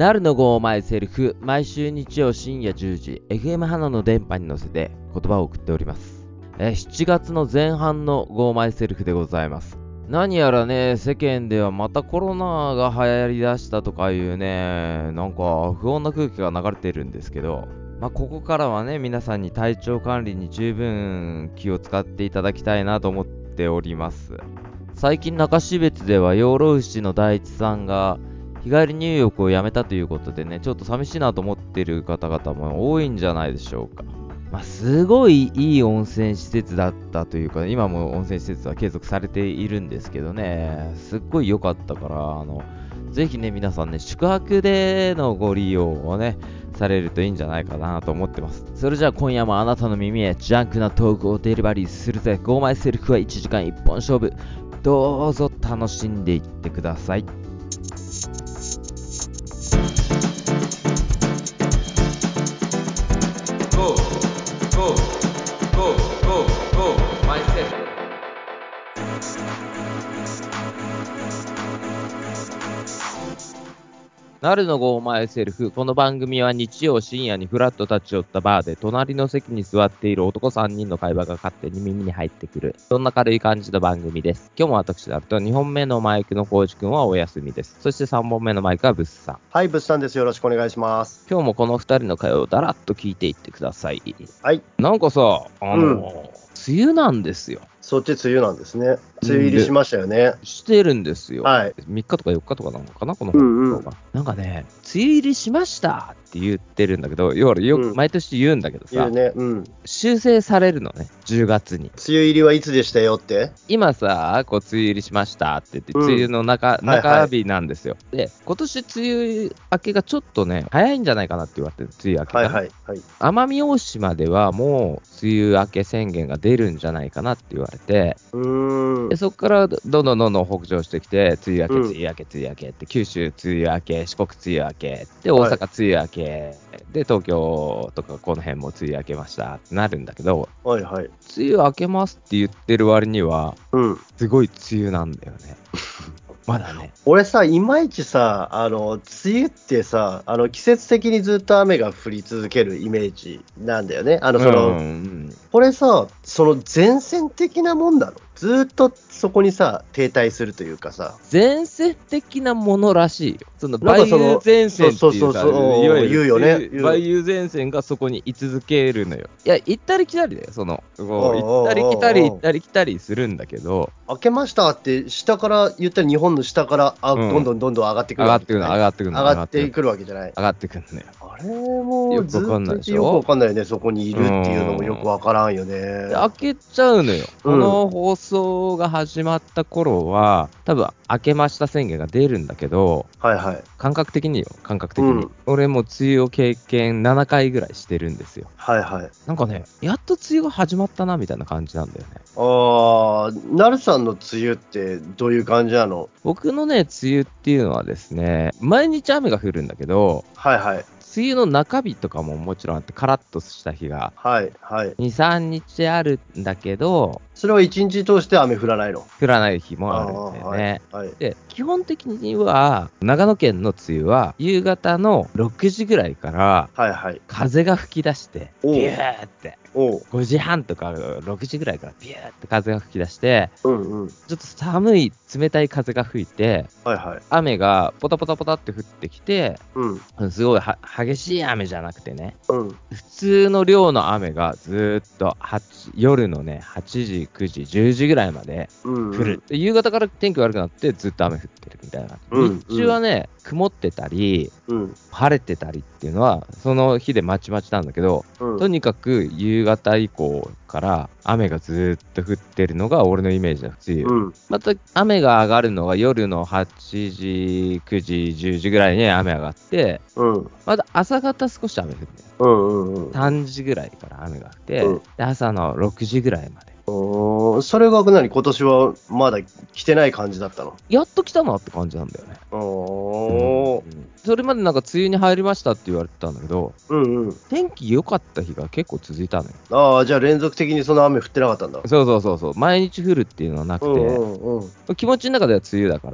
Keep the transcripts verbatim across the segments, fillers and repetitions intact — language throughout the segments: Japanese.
なるのごマイセルフ、毎週日曜深夜じゅうじ、エフエム 花の電波に乗せて言葉を送っております。えー、しちがつの前半のごマイセルフでございます。何やらね、世間ではまたコロナが流行りだしたとかいうね、なんか不穏な空気が流れてるんですけど、まあ、ここからはね、皆さんに体調管理に十分気を使っていただきたいなと思っております。最近中標津では養老牛の大地さんが日帰り入浴をやめたということでね、ちょっと寂しいなと思ってる方々も多いんじゃないでしょうか。まあ、すごいいい温泉施設だったというか、今も温泉施設は継続されているんですけどね、すっごい良かったから、あの、ぜひね、皆さんね、宿泊でのご利用をね、されるといいんじゃないかなと思ってます。それじゃあ今夜もあなたの耳へジャンクなトークをデリバリーするぜ。ゴーマイセルフはいちじかんいっぽん勝負。どうぞ楽しんでいってください。なるのごマイセルフ。この番組は日曜深夜にフラッと立ち寄ったバーで隣の席に座っている男さんにんの会話が勝手に耳に入ってくる。そんな軽い感じの番組です。今日も私だとにほんめのマイクのコウジ君はお休みです。そしてさんぼんめのマイクはブッさん。 はい、ブッさんです。よろしくお願いします。 今日もこのふたりの会話をだらっと聞いていってください。 はい。 なんかさ、あの、うん、梅雨なんですよ。 そっち梅雨なんですね。梅雨入りしましたよね。 してるんですよ。 はい。 みっかとかよっかとかなのかな、この放送が、うんうん。なんかね、梅雨入りしましたって言ってるんだけど、要はよく、うん、毎年言うんだけどさ、 言うね、うん、 修正されるのね、じゅうがつに。 梅雨入りはいつでしたよって。 今さ、こう梅雨入りしましたって言って、うん、梅雨の中、中日なんですよ、はいはい。で、今年梅雨明けがちょっとね、早いんじゃないかなって言われてる、梅雨明けが、ね。はいはいはい。奄美大島ではもう梅雨明け宣言が出るんじゃないかなって言われて、うーんでそこからどんどんどんどん北上してきて、梅雨明け、梅雨明け、梅雨明けって、九州梅雨明け、四国梅雨明け、で、大阪梅雨明け、はい、で、東京とかこの辺も梅雨明けましたってなるんだけど、はいはい。梅雨明けますって言ってる割には、うん、すごい梅雨なんだよね。まだね。 俺さ、いまいちさ、あの、梅雨ってさ、あの、季節的にずっと雨が降り続けるイメージなんだよね。あの、その、うんうん、これさ、その前線的なもんだろ。ずっとそこにさ、停滞するというかさ。 前線的なものらしいよ。その梅雨前線っていうさ、いわゆる言うよね。梅雨前線がそこに居続けるのよ。いや、行ったり来たりだよ。その、こう行ったり来たり行ったり来たりするんだけど。 明けましたって下から言ったら日本の下からあ、うん、どんどんどんどん上がってくるわけ、ね、 上がってくるの上がってくるわけじゃない。 上がってくるのよ。 あれもずっといてよくわかんないよね。そこにいるっていうのもよくわからんよね。 開けちゃうのよ。この放送が始まった頃は、多分開けました宣言が出るんだけど、はいはい。感覚的によ、感覚的に。うん、俺も梅雨を経験ななかいぐらいしてるんですよ。はいはい。なんかね、やっと梅雨が始まったなみたいな感じなんだよね。 あー、なるさんの梅雨ってどういう感じなの？ 僕のね、梅雨っていうのはですね、毎日雨が降るんだけど、はいはい。梅雨の中日とかももちろんあって、カラッとした日が、はいはい。に、さんにちあるんだけど、 それはいちにち通して雨降らないの？ 降らない日もあるんだよね。はいはい、で、基本的には、長野県の梅雨は、夕方のろくじぐらいから、はいはい、風が吹き出して、ビューって、ごじはんとかろくじぐらいからビューって風が吹き出して、うんうん、ちょっと寒い冷たい風が吹いて、はいはい、雨がポタポタポタって降ってきて、うん、すごいは激しい雨じゃなくてね、うん、普通の量の雨がずっと夜のねはちじくじじゅうじぐらいまで降る、うんうん、で夕方から天気悪くなってずっと雨降ってるみたいな、うんうん、日中はね曇ってたり、うん、晴れてたりっていうのはその日でまちまちなんだけど、うん、とにかく夕方以降から雨がずっと降ってるのが俺のイメージだ梅雨、うん、また雨が上がるのが夜のはちじくじじゅうじぐらいに雨上がって、うん、また朝方少し雨降って、うんうんうん、さんじぐらいから雨が降って、うん、で朝のろくじぐらいまで。 おそれが何今年はまだ来てない感じだったの？ やっと来たなって感じなんだよね。おー、うん、 それまでなんか梅雨に入りましたって言われてたんだけど、 うんうん。 天気良かった日が結構続いたのよ。 ああ、じゃあ連続的にその雨降ってなかったんだ。 そうそうそうそう。毎日降るっていうのはなくて、うんうんうん、気持ちの中では梅雨だから、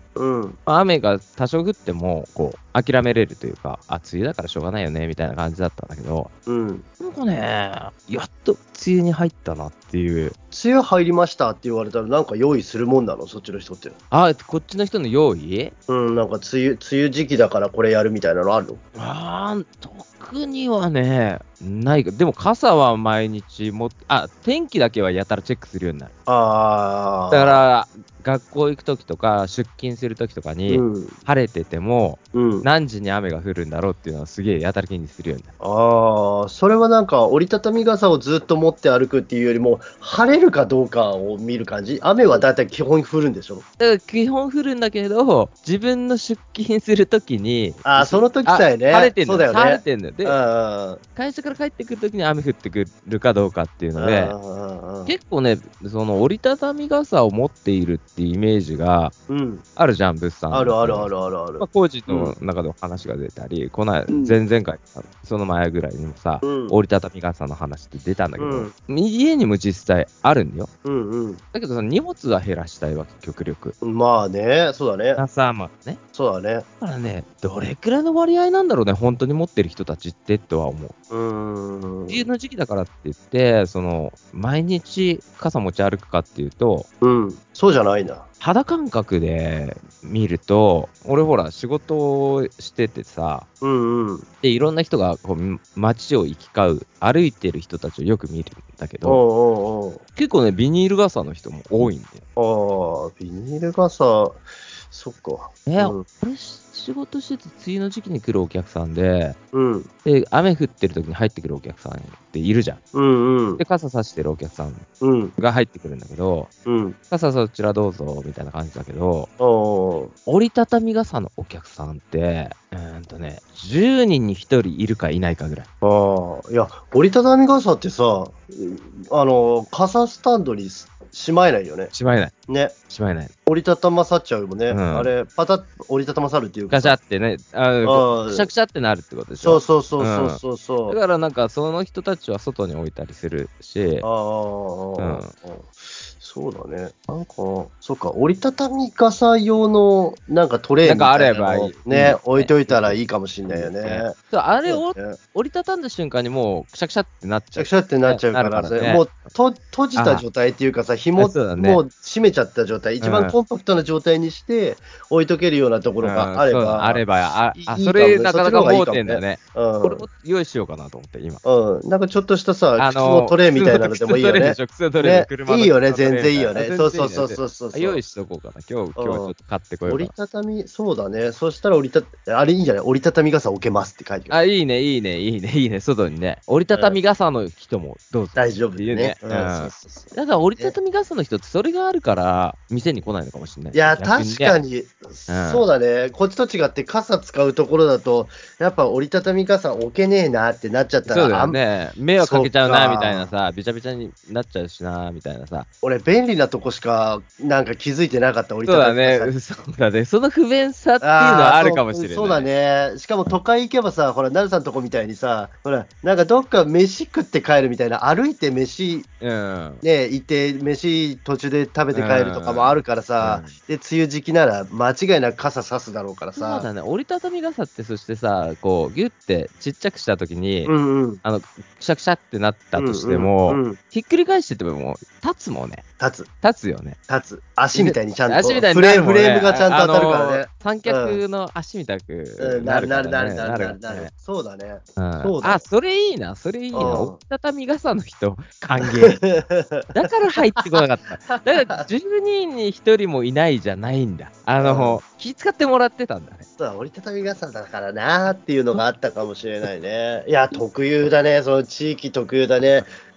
うん、雨が多少降っても、こう、諦めれるというか、あ、梅雨だからしょうがないよね、みたいな感じだったんだけど、うん。なんかね、やっと梅雨に入ったなっていう。 梅雨入りましたって言われたら、なんか用意するもんなの、そっちの人って。 あ、こっちの人の用意？ うん、なんか梅雨、梅雨時期だからこれやるみたいなのあるの？ あー、特にはね、ないか。でも傘は毎日も、あ、天気だけはやたらチェックするようになる。ああ。だから、学校行くときとか、出勤するときとかに、うん、晴れてても、うん、何時に雨が降るんだろうっていうのはすげえやたら気にするようになる。 ああ、それはなんか折りたたみ傘をずっと持って歩くっていうよりも、晴れるかどうかを見る感じ？雨はだいたい基本降るんでしょ？ だから基本降るんだけど、自分の出勤するときに、 ああ、その時さえね、 晴れてんの。 そうだよね。 晴れてんの。で、会社から帰ってくるときに雨降ってくるかどうかっていうので、結構ね、その折りたたみ傘を持っているっていうイメージがあるじゃん、物産。 あるあるあるあるある。 まあ、工事の中でも話が出たり、うん、この前々回、その前ぐらいにもさ、うん、折りたたみ傘の話って出たんだけど、うん、家にも実際あるんだよ。うんうん、だけどその荷物は減らしたいわけ、極力。 まあね、そうだね。 朝までね。 そうだね。 だからね、どれくらいの割合なんだろうね、本当に持ってる人たちってとは思う。うーん。梅雨の時期だからって言って、その、毎日傘持ち歩くかっていうと、 うん、そうじゃないな。 肌感覚で見ると、俺ほら仕事をしててさ、うんうん、でいろんな人がこう街を行き交う、歩いてる人たちをよく見るんだけど、おうおうおう、結構ね、ビニール傘の人も多いんだよ。ああ、ビニール傘、そっか。 え、うん、俺仕事してて梅雨の時期に来るお客さんで、うん、で雨降ってる時に入ってくるお客さんっているじゃん。うんうん、で傘差してるお客さんが入ってくるんだけど、うん、傘そちらどうぞみたいな感じだけど、折りたたみ傘のお客さんってうーんとねじゅうにんにひとりいるかいないかぐらい。 ああ、いや折りたたみ傘ってさ、あの傘スタンドにしまえないよね。 しまえない。 ね。 しまえない。 折りたたまさっちゃうもんね。うん、あれ、パタッ、折りたたまさるっていうか。 ガシャってね、あくしゃくしゃってなるってことでしょ。 そうそうそうそうそう、うん。 だからなんか、その人たちは外に置いたりするし。ああ、 うん。そうだね。なんか、そっか、折りたたみ傘用のなんかトレーみたいなのをね、置いといたらいいかもしんないよね。 そうあれを折りたたんだ瞬間にもうくしゃくしゃってなっちゃう。 くしゃくしゃってなっちゃうからね。もうと閉じた状態っていうかさ、紐もう締めちゃった状態、一番コンパクトな状態にして置いとけるようなところがあれば。 あれば、あ、あそれなかなか盲点だよね。これも用意しようかなと思って、今。 うん。なんかちょっとしたさ、靴のトレーみたいなのでもいいよね。いいよね、全然いいよね。そうそうそうそうそう。 用意しとこうかな。今日、今日ちょっと買ってこようかな。 折りたたみ、そうだね。そしたら折りた、あれいいんじゃない？折りたたみ傘置けますって書いてある。あ、いいね、いいね、いいね、いいね、外にね。折りたたみ傘の人もどうぞ。 大丈夫ね。 うん。だから折りたたみ傘の人ってそれがあるから、店に来ないのかもしれない。 いや、確かに、そうだね。こっちと違って傘使うところだと、やっぱ折りたたみ傘置けねえなってなっちゃったら。 そうだよね。迷惑かけちゃうな、みたいなさ、びちゃびちゃになっちゃうしな、みたいなさ。 俺、便利なとこしか、なんか気づいてなかった、折りたたみ傘。 そうだね。そうだね。その不便さっていうのはあるかもしれない。 そうだね。しかも都会行けばさ、ほら、なるさんとこみたいにさ、ほら、なんかどっか飯食って帰るみたいな、歩いて飯、うん、ね、行って、飯途中で食べて帰るとかもあるからさ、うん、で、梅雨時期なら間違いなく傘差すだろうからさ。 そうだね。折りたたみ傘って、そしてさ、こう、ギュッてちっちゃくしたときに、うんうん、あの、くしゃくしゃってなったとしても、うんうんうん、ひっくり返してても、立つもんね。 立つ。 立つよね。 立つ。足みたいにちゃんと。 足みたいにフレーム、フレームがちゃんと当たるからね。 三脚の足みたくなるからね。なるなるなるなる。 そうだね。 あ、それいいな、それいいな。折りたたみ傘の人、歓迎。だから入ってこなかった。だからじゅうにんにひとりもいないじゃないんだ。あの、気遣ってもらってたんだね。 そうだ、折りたたみ傘だからなーっていうのがあったかもしれないね。いや、特有だね。その地域特有だね。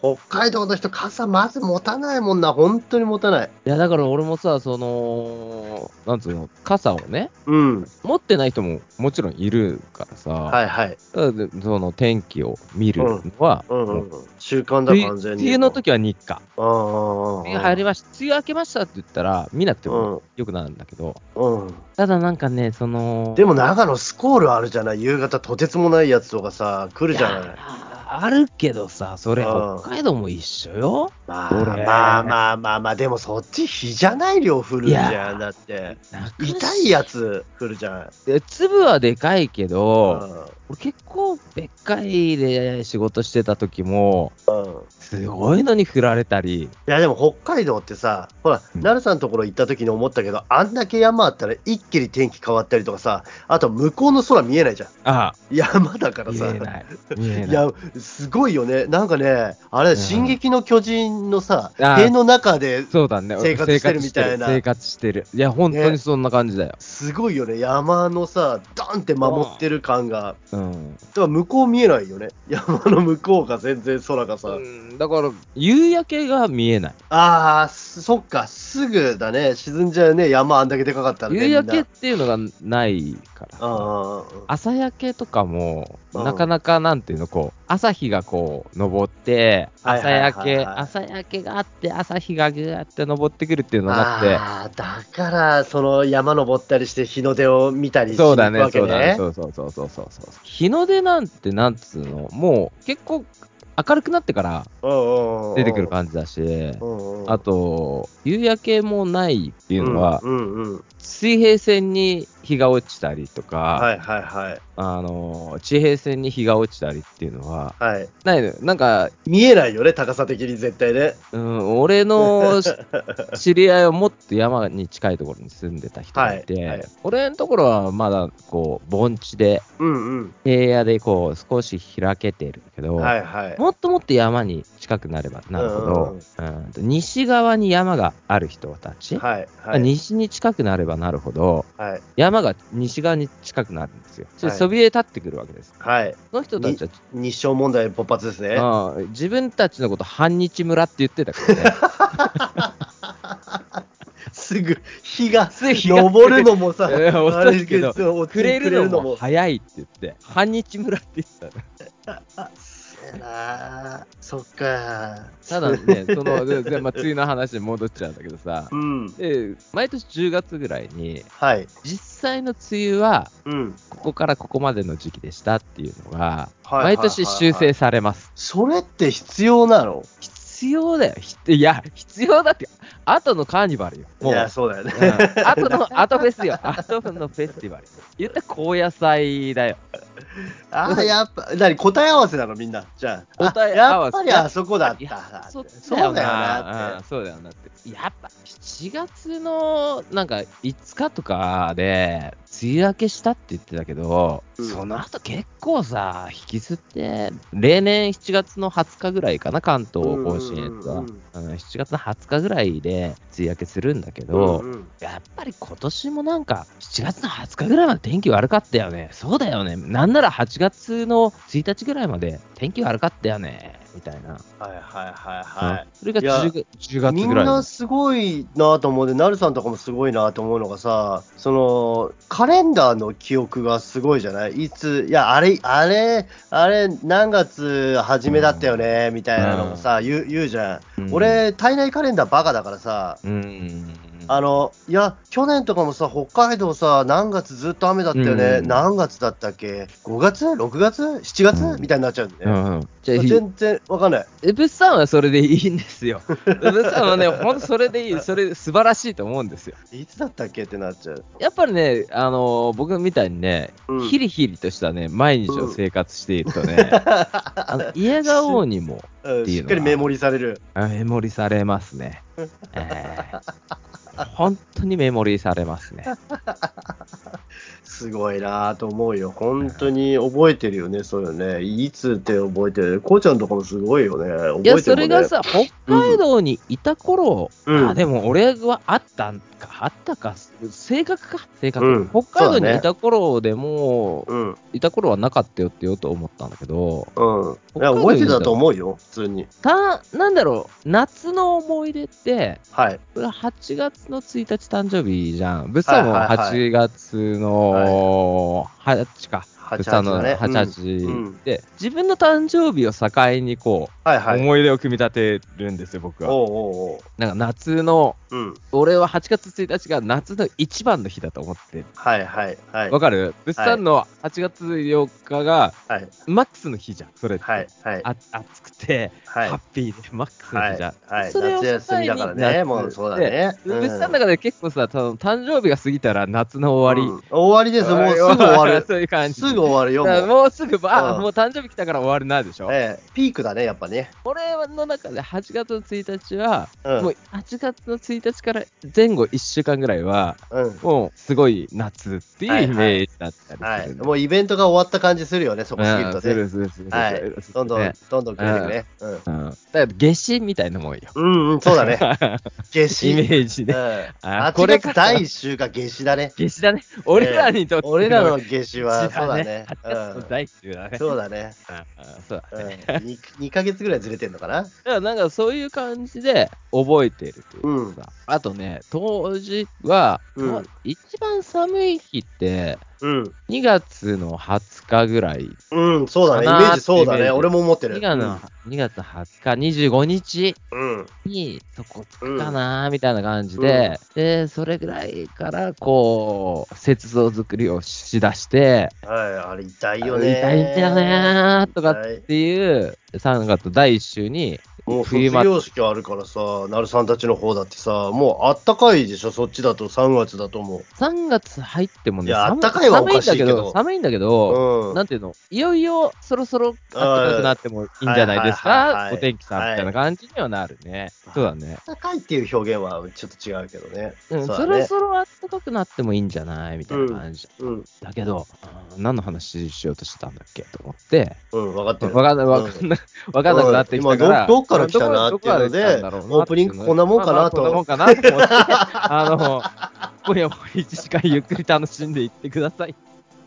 北海道の人、傘まず持たないもんな、本当に持たない。 いや、だから俺もさ、その、なんつうの、傘をね、 うん、 持ってない人ももちろんいるからさ、 はいはい。 その天気を見るのは、 うんうんうん、習慣だ、完全に。 梅雨の時は日課。 ああ、 梅雨入りました、梅雨明けましたって言ったら、見なくてもうんよくなるんだけど、 うん、 ただなんかね、その、 でも長野スコールあるじゃない、夕方とてつもないやつとかさ、来るじゃない。 あるけどさ、それ北海道も一緒よ。 まあまあまあまあまあ、でもそっち日じゃない量降るじゃん、だって。痛いやつ降るじゃん。 粒はでかいけど、俺結構別海で仕事してた時も、うん、すごいのに降られたり。いやでも北海道ってさ、ほら、うん、成さんのところ行った時に思ったけど、あんだけ山あったら一気に天気変わったりとかさ、あと向こうの空見えないじゃん。ああ、山だからさ。見えない。見えない。いや、すごいよね。なんかね、あれ、うん、進撃の巨人のさ、塀の中で生活してるみたいな。 生活してる。いや、本当にそんな感じだよ。ね、 すごいよね。山のさ、ドンって守ってる感が。うん。だから向こう見えないよね。山の向こうが全然空がさ。うん、だから、夕焼けが見えない。 ああ、そっか。すぐだね。沈んじゃうね。山あんだけでかかったらね。 夕焼けっていうのがないからさ。朝焼けとかも、なかなかなんていうの、こう、朝日がこう、昇って、朝焼け、朝焼けがあって、朝日がぐーって昇ってくるっていうのがなくて。 ああ、だから、その山登ったりして日の出を見たりするわけね。 そうだね、そうだね。そうそうそうそうそう。日の出なんて、なんつうの、もう結構明るくなってから出てくる感じだし、あと、夕焼けもないっていうのは、うんうんうん、水平線に日が落ちたりとか、はいはいはい、あの地平線に日が落ちたりっていうのは、はい、ないのよ。なんか見えないよね、高さ的に絶対ね。 うん、俺の知り合いはもっと山に近いところに住んでた人がいて、はいはい、俺のところはまだこう盆地で、うんうん、平野でこう少し開けてるけど、はいはい、もっともっと山に近くなればなるほど、うんうんうん、西側に山がある人たち、はいはい、西に近くなればなるほど、はい、山が西側に近くなるんですよ。それそびえ立ってくるわけです。はい、その人たちは日照問題勃発ですね。 あ自分たちのこと半日村って言ってたからね。 すぐ日が昇るのもさ、 遅いけどくれるのも早いって言って半日村って言ってたね。 なそっか。 ただね、その、まあ、梅雨の話に戻っちゃうんだけどさ、うん、で毎年じゅうがつぐらいに、はい、実際の梅雨は、うん、ここからここまでの時期でしたっていうのが、毎年修正されます。 それって必要なの？ 必要だよ。いや、必要だって、後のカーニバルよ。 もういや、そうだよね。 うん、後の、後フェスよ。後のフェスティバル。言ったら高野菜だよ。 ああ、やっぱ、何、答え合わせなのみんな。じゃあ、答え合わせ。やっぱりあそこだった。 そうだよなって。そうだよなって。やっぱ、しちがつの、なんか、いつかとかで、梅雨明けしたって言ってたけど、うん、その後結構さ、引きずって、例年しちがつのはつかぐらいかな、関東甲信越は。しちがつのはつかぐらいで梅雨明けするんだけど、うんうん、やっぱり今年もなんか、しちがつのはつかぐらいまで天気悪かったよね。そうだよね。なんならはちがつのついたちぐらいまで天気悪かったよね。みたいな。 はいはいはいはい。 それが 10, じゅうがつぐらい。 みんなすごいなと思うで、なるさんとかもすごいなと思うのがさ、その、カレンダーの記憶がすごいじゃない？いつ、いや、あれ、あれ、あれ、何月初めだったよね、みたいなのをさ、言う、言うじゃん。うん、俺、体内カレンダーバカだからさ、うん、あの、いや、去年とかもさ、北海道さ、何月ずっと雨だったよね。うん、何月だったっけ ?ご 月 ?ろく 月 ?しち 月、うん、みたいになっちゃうんだよね。うんうんじゃあ全然わかんない。 え、物産はそれでいいんですよ。物産はね、ほんとそれでいい。それ素晴らしいと思うんですよ。 いつだったっけってなっちゃう。 やっぱりね、あのー、僕みたいにね、うん、ヒリヒリとしたね、毎日を生活しているとね、うん、あの家顔にもっていうのは、 しっかりメモリされる。 メモリされますね。えー、本当にメモリされますね。 すごいなぁと思うよ。本当に覚えてるよね、そうよね。いつって覚えてる。こうちゃんとかもすごいよね。覚えてる、ね。 いや、それがさ、北海道にいた頃、うん、あ、でも俺はあったんか、あったか、 性格か、性格、うん、北海道にいた頃でも、うん、いた頃はなかったよって言おうと思ったんだけど、 うん、いや覚えてたと思うよ、普通に。 た、なんだろう、夏の思い出って、はい、これはちがつのついたち誕生日じゃん。物産もはちがつのはちか。物産のはちはちで、うん、自分の誕生日を境にこう、はいはい、思い出を組み立てるんですよ、僕は。おうおうおう、なんか夏の、うん、俺ははちがつついたちが夏の一番の日だと思ってる。 はいはいはい。 わかる？物産のはちがつよっかが、はい、マックスの日じゃん、それって。はいはい、あ暑くて、はい、ハッピーで、マックスの日じゃん。はいはい、それを夏休みだからね、もうそうだね。 物産の中で結構さ、誕生日が過ぎたら夏の終わり。うん、 終わりです、もうすぐ終わる。 そういう感じ。 すぐ終わるよ、もう。 もうすぐ、あ、うん、もう誕生日来たから終わるなでしょ。 ええ、ピークだね、やっぱね。 俺の中ではちがつのついたちは、うん、もうはちがつのついたちから前後いっしゅうかんぐらいは、うん、もうすごい夏っていうイメージだったりする、ね、はいはいはい。 もうイベントが終わった感じするよね、そこ過ぎるとね。するするする。 はい。どんどん、ね、どんどんくれてくれ。うん。うん。 だから夏至みたいなもんよ。 うんうん、そうだね。夏至。 イメージね。 うん。あ、これだいいっしゅうが夏至だね。 夏至だね。俺らにとって、 俺らの夏至は、そうだね。 はちがつのだいいっしゅうだね。 そうだね。そうだね。にかげつぐらいずれてんのかな。 だからなんかそういう感じで覚えてるというかさ、うん、あとね、当時は、うん、一番寒い日って、うん、にがつのはつかぐらい。 うん、そうだね。イメージそうだね。俺も思ってる。 にがつの、うん、にがつはつか、にじゅうごにちにそこつくかなーみたいな感じで、うん、で、それぐらいからこう、雪像作りをしだして、 はい、あれ痛いよね。 痛いんだよねーとかっていう、さんがつだいいっ週に、 もう卒業式あるからさ、なるさんたちの方だってさ、もうあったかいでしょ、そっちだとさんがつだと思う。 さんがつ入ってもね、 いや、あったかいはおかしいけど。 寒いんだけど、うん、なんていうの、いよいよそろそろ暖かくなってもいいんじゃないですか、お天気さんみたいな感じにはなるね。はい、そうだね。 あったかいっていう表現はちょっと違うけどね。 うん、そ, ね、そろそろ暖かくなってもいいんじゃないみたいな感じ。うんうん、だけど、何の話しようとしてたんだっけと思って。 うん、分かってる。 分かんない、分かんない、分かんなくなってきたから。 今ど、どっから来たなっていうので、オープニングこんなもんかなと。 こんなもんかなと思って、あの、今夜もいちじかんゆっくり楽しんでいってください。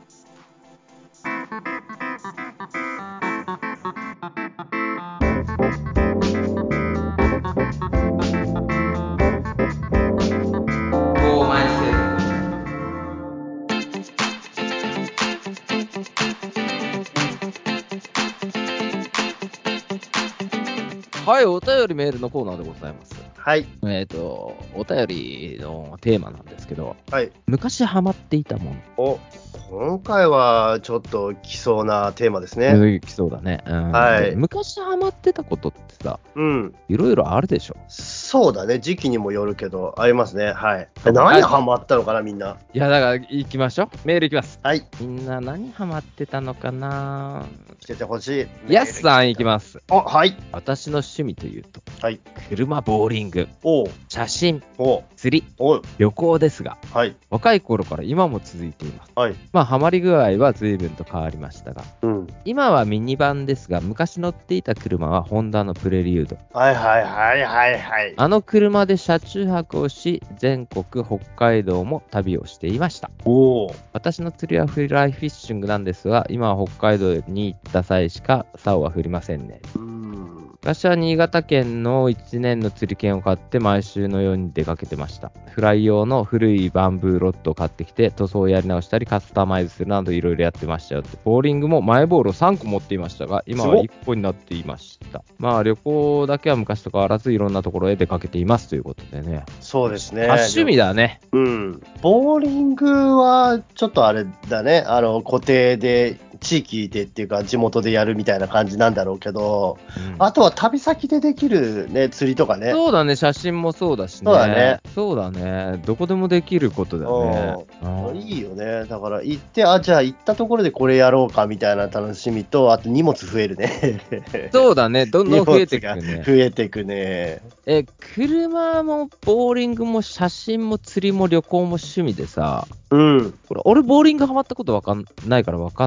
はい、お便りメールのコーナーでございます。 はい。 えっと、お便りのテーマなんですけど、はい。昔ハマっていたもの。 お、今回はちょっと来そうなテーマですね。 来そうだね。うん、 はい。 昔ハマってたことってさ、うん。いろいろあるでしょ。 そうだね。時期にもよるけど、ありますね。はい。何ハマったのかな、みんな。 いや、だから行きましょう。メール行きます。 はい。 みんな何ハマってたのかな。 来ててほしい。 やすさん行きます。 あ、はい。 私の趣味というと、 はい。 車、ボーリング、 お写真、 お釣り、 お旅行ですが、 はい。 若い頃から今も続いています。 はい。 まあ、ハマり具合は随分と変わりましたが、うん、今はミニバンですが、昔乗っていた車はホンダのプレリュード。 はいはいはいはいはい。 あの車で車中泊をし、全国、北海道も旅をしていました。 お私の釣りはフライフィッシングなんですが、今は北海道に行った際しか竿は振りませんね。うん昔は新潟県のいちねんの釣り券を買って毎週のように出かけてました。フライ用の古いバンブーロッドを買ってきて塗装をやり直したりカスタマイズするなどいろいろやってましたよ。ボーリングもマイボールをさんこ持っていましたが、今はいっこになっていました。まあ旅行だけは昔と変わらずいろんなところへ出かけていますということでね。 そうですね。 多趣味だね。 うん。ボーリングはちょっとあれだね。あの固定で地域でっていうか地元でやるみたいな感じなんだろうけど、うん、あとは旅先でできるね釣りとかね。 そうだね、写真もそうだしね。 そうだね。 そうだね。どこでもできることだね。 いいよね。だから行ってあじゃあ行ったところでこれやろうかみたいな楽しみと、あと荷物増えるね。 そうだね。どんどん増えていくね。 増えていくね。 え、車もボーリングも写真も釣りも旅行も趣味でさ。 うん。 これ俺ボーリングハマったことわかんないからわかんないんだけど。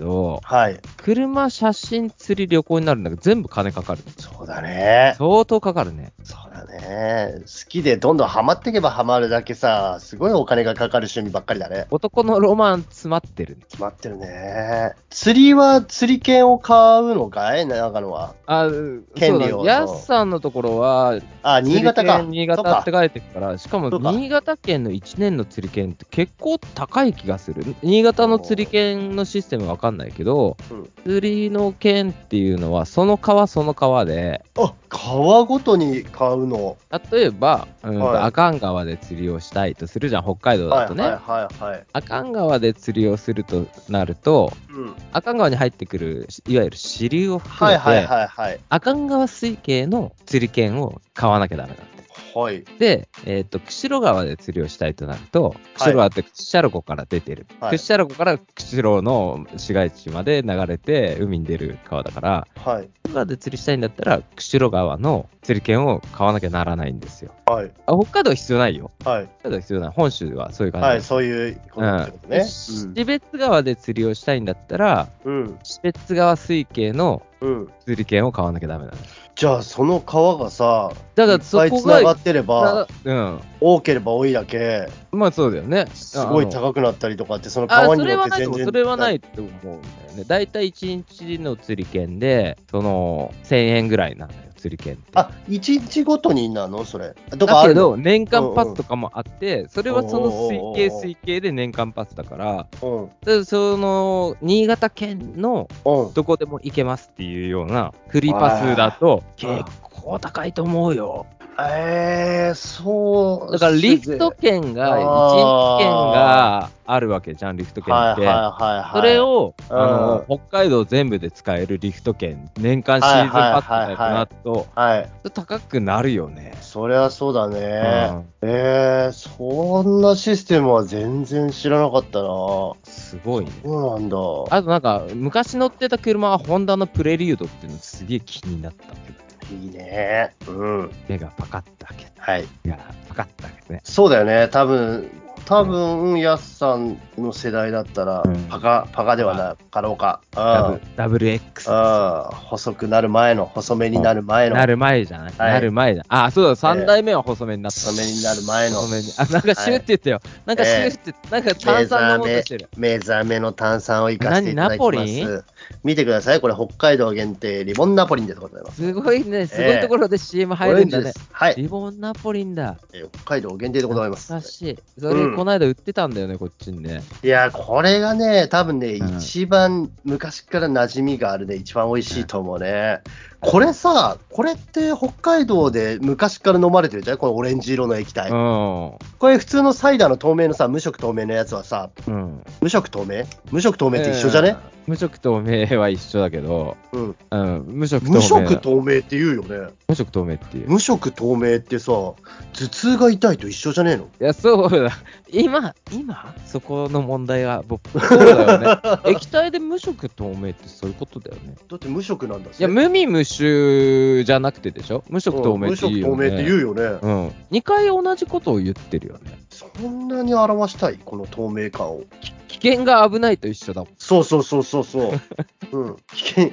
ど、 はい。 車、写真、釣り、旅行になるんだけど、全部金かかる。 そうだね。 相当かかるね。 そうだね。好きでどんどんハマっていけばハマるだけさ、すごいお金がかかる趣味ばっかりだね。 男のロマン詰まってる。 詰まってるね。釣りは釣り券を買うのかい長野は。 あ、 権利を。 そうだ。ヤスさんのところは、 あ、新潟か。 新潟って書いてるから、しかも新潟県のいちねんの釣り券って結構高い気がする。新潟の釣り券のシステムわかんないけど、うん、釣りの券っていうのはその川その川で、 あ、川ごとに買うの。 例えば、うんはい、阿寒川で釣りをしたいとするじゃん、北海道だとね。 はいはいはいはい、 阿寒川で釣りをするとなると、うん、阿寒川に入ってくるいわゆる支流を含めて、はいはいはいはい、阿寒川水系の釣り券を買わなきゃダメなんです。 はい、 で、えっと、釧路川で釣りをしたいとなると、釧路川って屈斜路湖から出てる。はい、屈斜路湖から釧路の市街地まで流れて海に出る川だから、はい、釧路川で釣りしたいんだったら、釧路川の釣り券を買わなきゃならないんですよ。はい、あ北海道は必要ないよ。はい、北海道は必要ない。本州はそういう感じ。 はい、そういうことってことね。 標津川で釣りをしたいんだったら、標津川水系の釣り券を買わなきゃダメなんです。 じゃあその川がさ、 だからそこがいっぱいつながってれば、うん、多ければ多いだけ、 まあそうだよね。 すごい高くなったりとかって、その川によって全然。 それはないと思うんだよね。だいたいいちにちの釣り券で、そのせんえんぐらいなのよ、釣り券って。 あ、いちにちごとになのそれ。 だけど、年間パスとかもあって、うんうん、それはその水系水系で年間パスだから、うん、でその新潟県のどこでも行けますっていうようなフリーパスだと結構高いと思うよ。 えー、そう。 だからリフト券が、いちにち券があるわけじゃん、リフト券って。はいはいはいはい、それを、あの、北海道全部で使えるリフト券、年間シーズンパスみたいななると、はいはい、高くなるよね。 そりゃそうだね。うん、えー、そんなシステムは全然知らなかったな。 すごいね。 そうなんだ。 あとなんか、昔乗ってた車はホンダのプレリュードっていうのすげえ気になったけど。 いいね。うん。 目がパカッと開けて。 はい。 目がパカッと開けてね。 そうだよね。多分、多分、ヤスさんの世代だったら、うん、パカ、パカではなかろうか。 ダブル X。 細くなる前の、細めになる前の。 なる前じゃない、はい、なる前だ。あ、そうだ、さんだいめは細めになった。 細めになる前の。 細めに。あ、なんかシューって言ったよ。はい、なんかシューって、えー、なんか炭酸飲もうとしてる。 目覚めの炭酸を生かしていただきます。何、ナポリン？見てください。これ、北海道限定、リボンナポリンでございます。 すごいね。すごいところで シーエム 入るんだね。 はい。 リボンナポリンだ。 えー、北海道限定でございます。 懐かしい。それ、この間売ってたんだよね、こっちにね。 いや、これがね、多分ね、うん、一番昔から馴染みがあるね、一番美味しいと思うね。うん、これさ、これって北海道で昔から飲まれてるじゃん、このオレンジ色の液体。うん、これ普通のサイダーの透明のさ、無色透明のやつはさ、うん、無色透明無色透明って一緒じゃね、えー無色透明は一緒だけど、うん。うん、無色透明。 無色透明って言うよね。 無色透明っていう。 無色透明ってさ、頭痛が痛いと一緒じゃねえの？ いや、そうだ。今、今そこの問題は、僕、そうだよね。液体で無色透明ってそういうことだよね。 だって無色なんだし。 いや、無味無臭じゃなくてでしょ？無色透明って言うよね。 うん、無色透明って言うよね。 うん。にかい同じことを言ってるよね。 そんなに表したいこの透明感を。 危険が危ないと一緒だもん。 そうそうそうそうそう。うん。危険。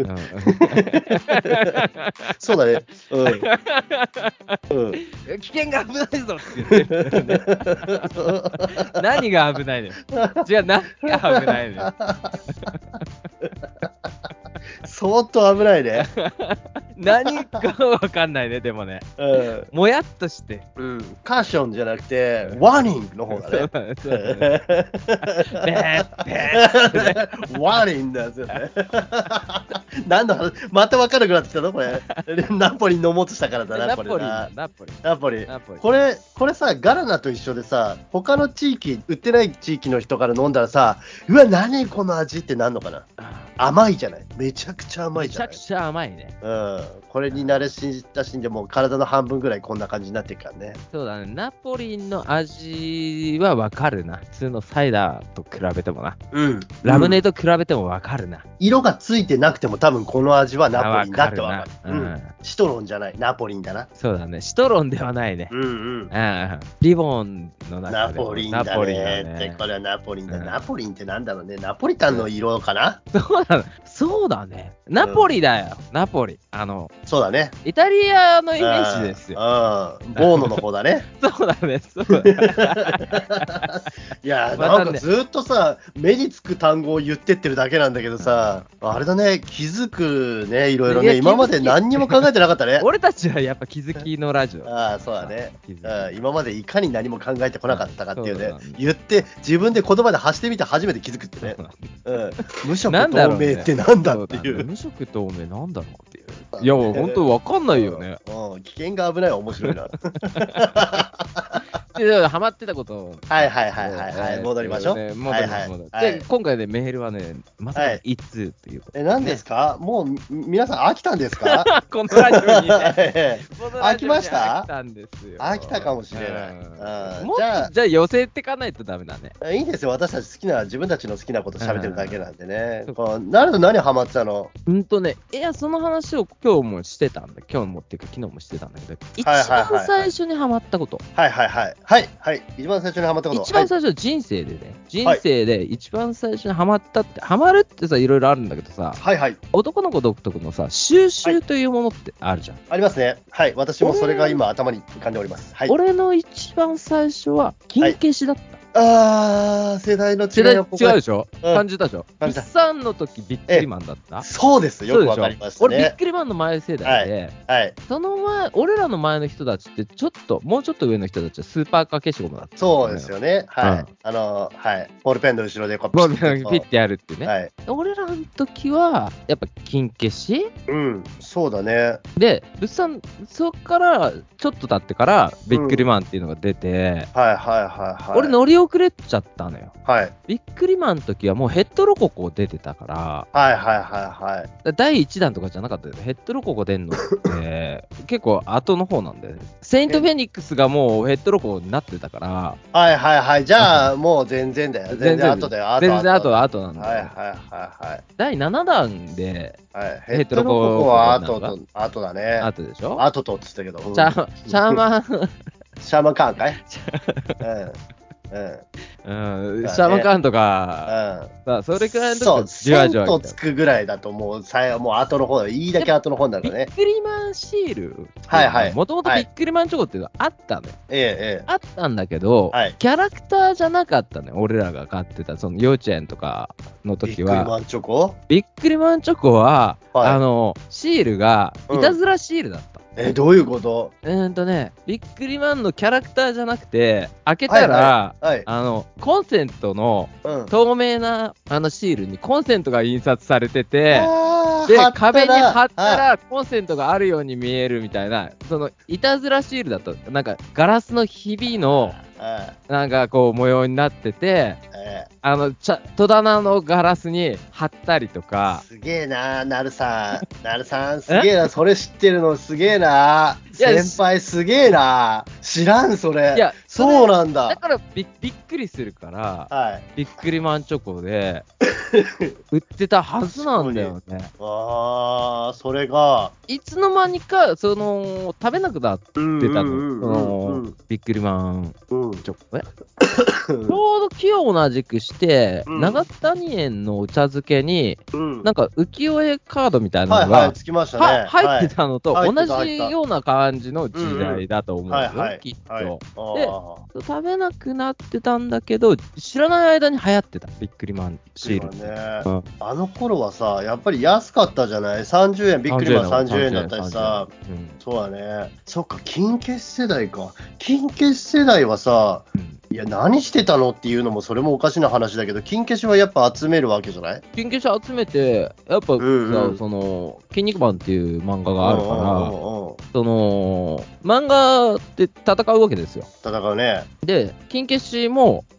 そうだね。うん。 うん。危険が危ないぞって言ってる、ね。何が危ないのよ。じゃあ何が危ないのよ。 相当危ないね。 何かわかんないね、でもね。うん。もやっとして。 うん。カーションじゃなくて、ワーニングの方だね。そうだね。そうだね。べーべーワーニングなんですよね。何の話またわかるくなってきたのこれ。ナポリ飲もうとしたからだな、 ナポリ。ナポリ。 ナポリ。ナポリ。これ、これさ、ガラナと一緒でさ、他の地域、売ってない地域の人から飲んだらさ、うわ、何この味ってなんのかな。 甘いじゃない。めちゃくちゃ甘いじゃない。 めちゃくちゃ甘いね。 うん。これに慣れ親しんでもう体の半分ぐらいこんな感じになっていくからね。 そうだね。ナポリの味はわかるな。普通のサイダーと比べてもな。 うん。 ラムネと比べてもわかるな、うん。 色がついてなくても多分この味はナポリンだってわかる。 うん。 シトロンじゃない。ナポリンだな。 そうだね。シトロンではないね。 うんうん。 うん。リボンの中でナポリンだね。ナポリンだねって、これはナポリンだ、うん。ナポリンってなんだろうね。ナポリタンの色かな、 うん、そうだね。そうだね。ナポリだよ。うん、ナポリ。あの、 そうだね。 イタリアのイメージですよ。 うん。ボーノの方だね。 そうだね。そうだね。 いや、なんかずっとさ、目につく単語を言ってってるだけなんだけどさ、あれだね、気づくね、いろいろね、今まで何にも考えてなかったね。 俺たちはやっぱ気づきのラジオ。 ああ、そうだね。うん、今までいかに何も考えてこなかったかっていうね、言って、自分で言葉で発してみて初めて気づくってね。うん、無色透明ってなんだっていう。 ね、無色透明なんだろうっていう。いや、本当わかんないよね。 うん、危険が危ない、面白いな。 で、ハマってたことを。 はいはいはいはいはい、戻りましょう。 ね、戻りましょう。で、今回ね、メールはね、まさかいつということ。 え、何ですか？もう、皆さん飽きたんですか？ このラジオにね。 飽きました？ 飽きたんですよ。 飽きたかもしれない。 じゃあ、じゃあ寄せてかないとダメだね。 いいんですよ。私たち好きな、自分たちの好きなこと喋ってるだけなんでね。なると何ハマってたの？ うんとね、いや、その話を今日もしてたんだ。今日もっていうか、昨日もしてたんだけど、一番最初にハマったこと。 はいはいはい。はいはい。一番最初にハマったこと。 一番最初、人生でね、人生で一番最初にハマったって、ハマるってさ、いろいろあるんだけどさ、 はいはい。 男の子独特のさ、収集というものってあるじゃん。 ありますね。はい。私もそれが今頭に浮かんでおります。はい。 俺の一番最初は、金消しだった。 あー、世代の違い世代違うでしょ、うん、感じたでしょビッサンの時ビックリマンだった。 そうです。よくわかりましたね。 俺ビックリマンの前世代で、 はいはい、 その前、俺らの前の人たちってちょっと、もうちょっと上の人たちはスーパーカー消しゴムだった、ね。 そうですよね。はい。うん、あの、はい。ボールペンの後ろでこうピッてピッてやるってね。 はい。 俺らの時は、やっぱ金消しうん、そうだね。 で、物産、そっからちょっと経ってからビックリマンっていうのが出て、 うん、はいはいはいはい。 俺乗り遅れちゃったのよ。 はい。 ビックリマンの時はもうヘッドロココ出てたから、 はいはいはいはい。 だいいちだんとかじゃなかったけど、ヘッドロココ出んのって結構後の方なんで、セイントフェニックスがもうヘッドロココになってたから。 はいはいはい。じゃあもう全然だよ。全然後だよ。 全然後後なんだよ。 はいはいはいはい。 だいななだんで、 はい、ヘッドロココは後と、後だね。 後でしょ？ 後とっつったけど。 シャーシャーマン。 シャーマンカーンかい？うん。 うん、うん、シャーマンカーンとか、うん、それくらいの時そう、セントつくぐらいだともう、さもう後の方だ、いいだけ後の方になるね。 ビックリマンシール、 はいはい。 もともとビックリマンチョコっていうのはあったのよ。 ええええ。 あったんだけど、はい、キャラクターじゃなかったのよ。俺らが買ってた、その幼稚園とかの時は。 ビックリマンチョコ？ ビックリマンチョコは、はい、あの、シールが、いたずらシールだった。うんえ、どういうこと？ うーんとね、ビックリマンのキャラクターじゃなくて、開けたら、はいはいはい、あの、コンセントの透明な、うん、あのシールにコンセントが印刷されてて、で、壁に貼ったらコンセントがあるように見えるみたいな、その、いたずらシールだと、なんか、ガラスのひびの、なんかこう模様になってて、えー、あのちゃ戸棚のガラスに貼ったりとか。 すげえな、なるさん、なるさん、すげえな、それ知ってるのすげえな、先輩すげえな、知らんそれ。いや、そうなんだ。 だから び, びっくりするから、はい、ビックリマンチョコで売ってたはずなんだよね。 ああ、それがいつの間にかその食べなくなってたの、そのビックリマンチョコね。ちょうど木を同じくして、うん、長谷園のお茶漬けに、うん、なんか浮世絵カードみたいなのが、 はいはい、つきましたね、 入ってたのと同じような感じの時代だと思うよ、うんうん、きっと、はいはい。で、食べなくなってたんだけど、知らない間に流行ってた、ビックリマンシール、 ねうん。あの頃はさ、やっぱり安かったじゃない？さんじゅうえん、ビックリマンさんじゅうえんだったしさ、うん、そうだね。そっか、金消し世代か。金消し世代はさ、うんいや何してたのっていうのもそれもおかしな話だけど、金消しはやっぱ集めるわけじゃない？ 金消し集めてやっぱさ、うんうん、その筋肉マンっていう漫画があるから、その漫画って戦うわけですよ。 戦うね。 で金消しもこう、うん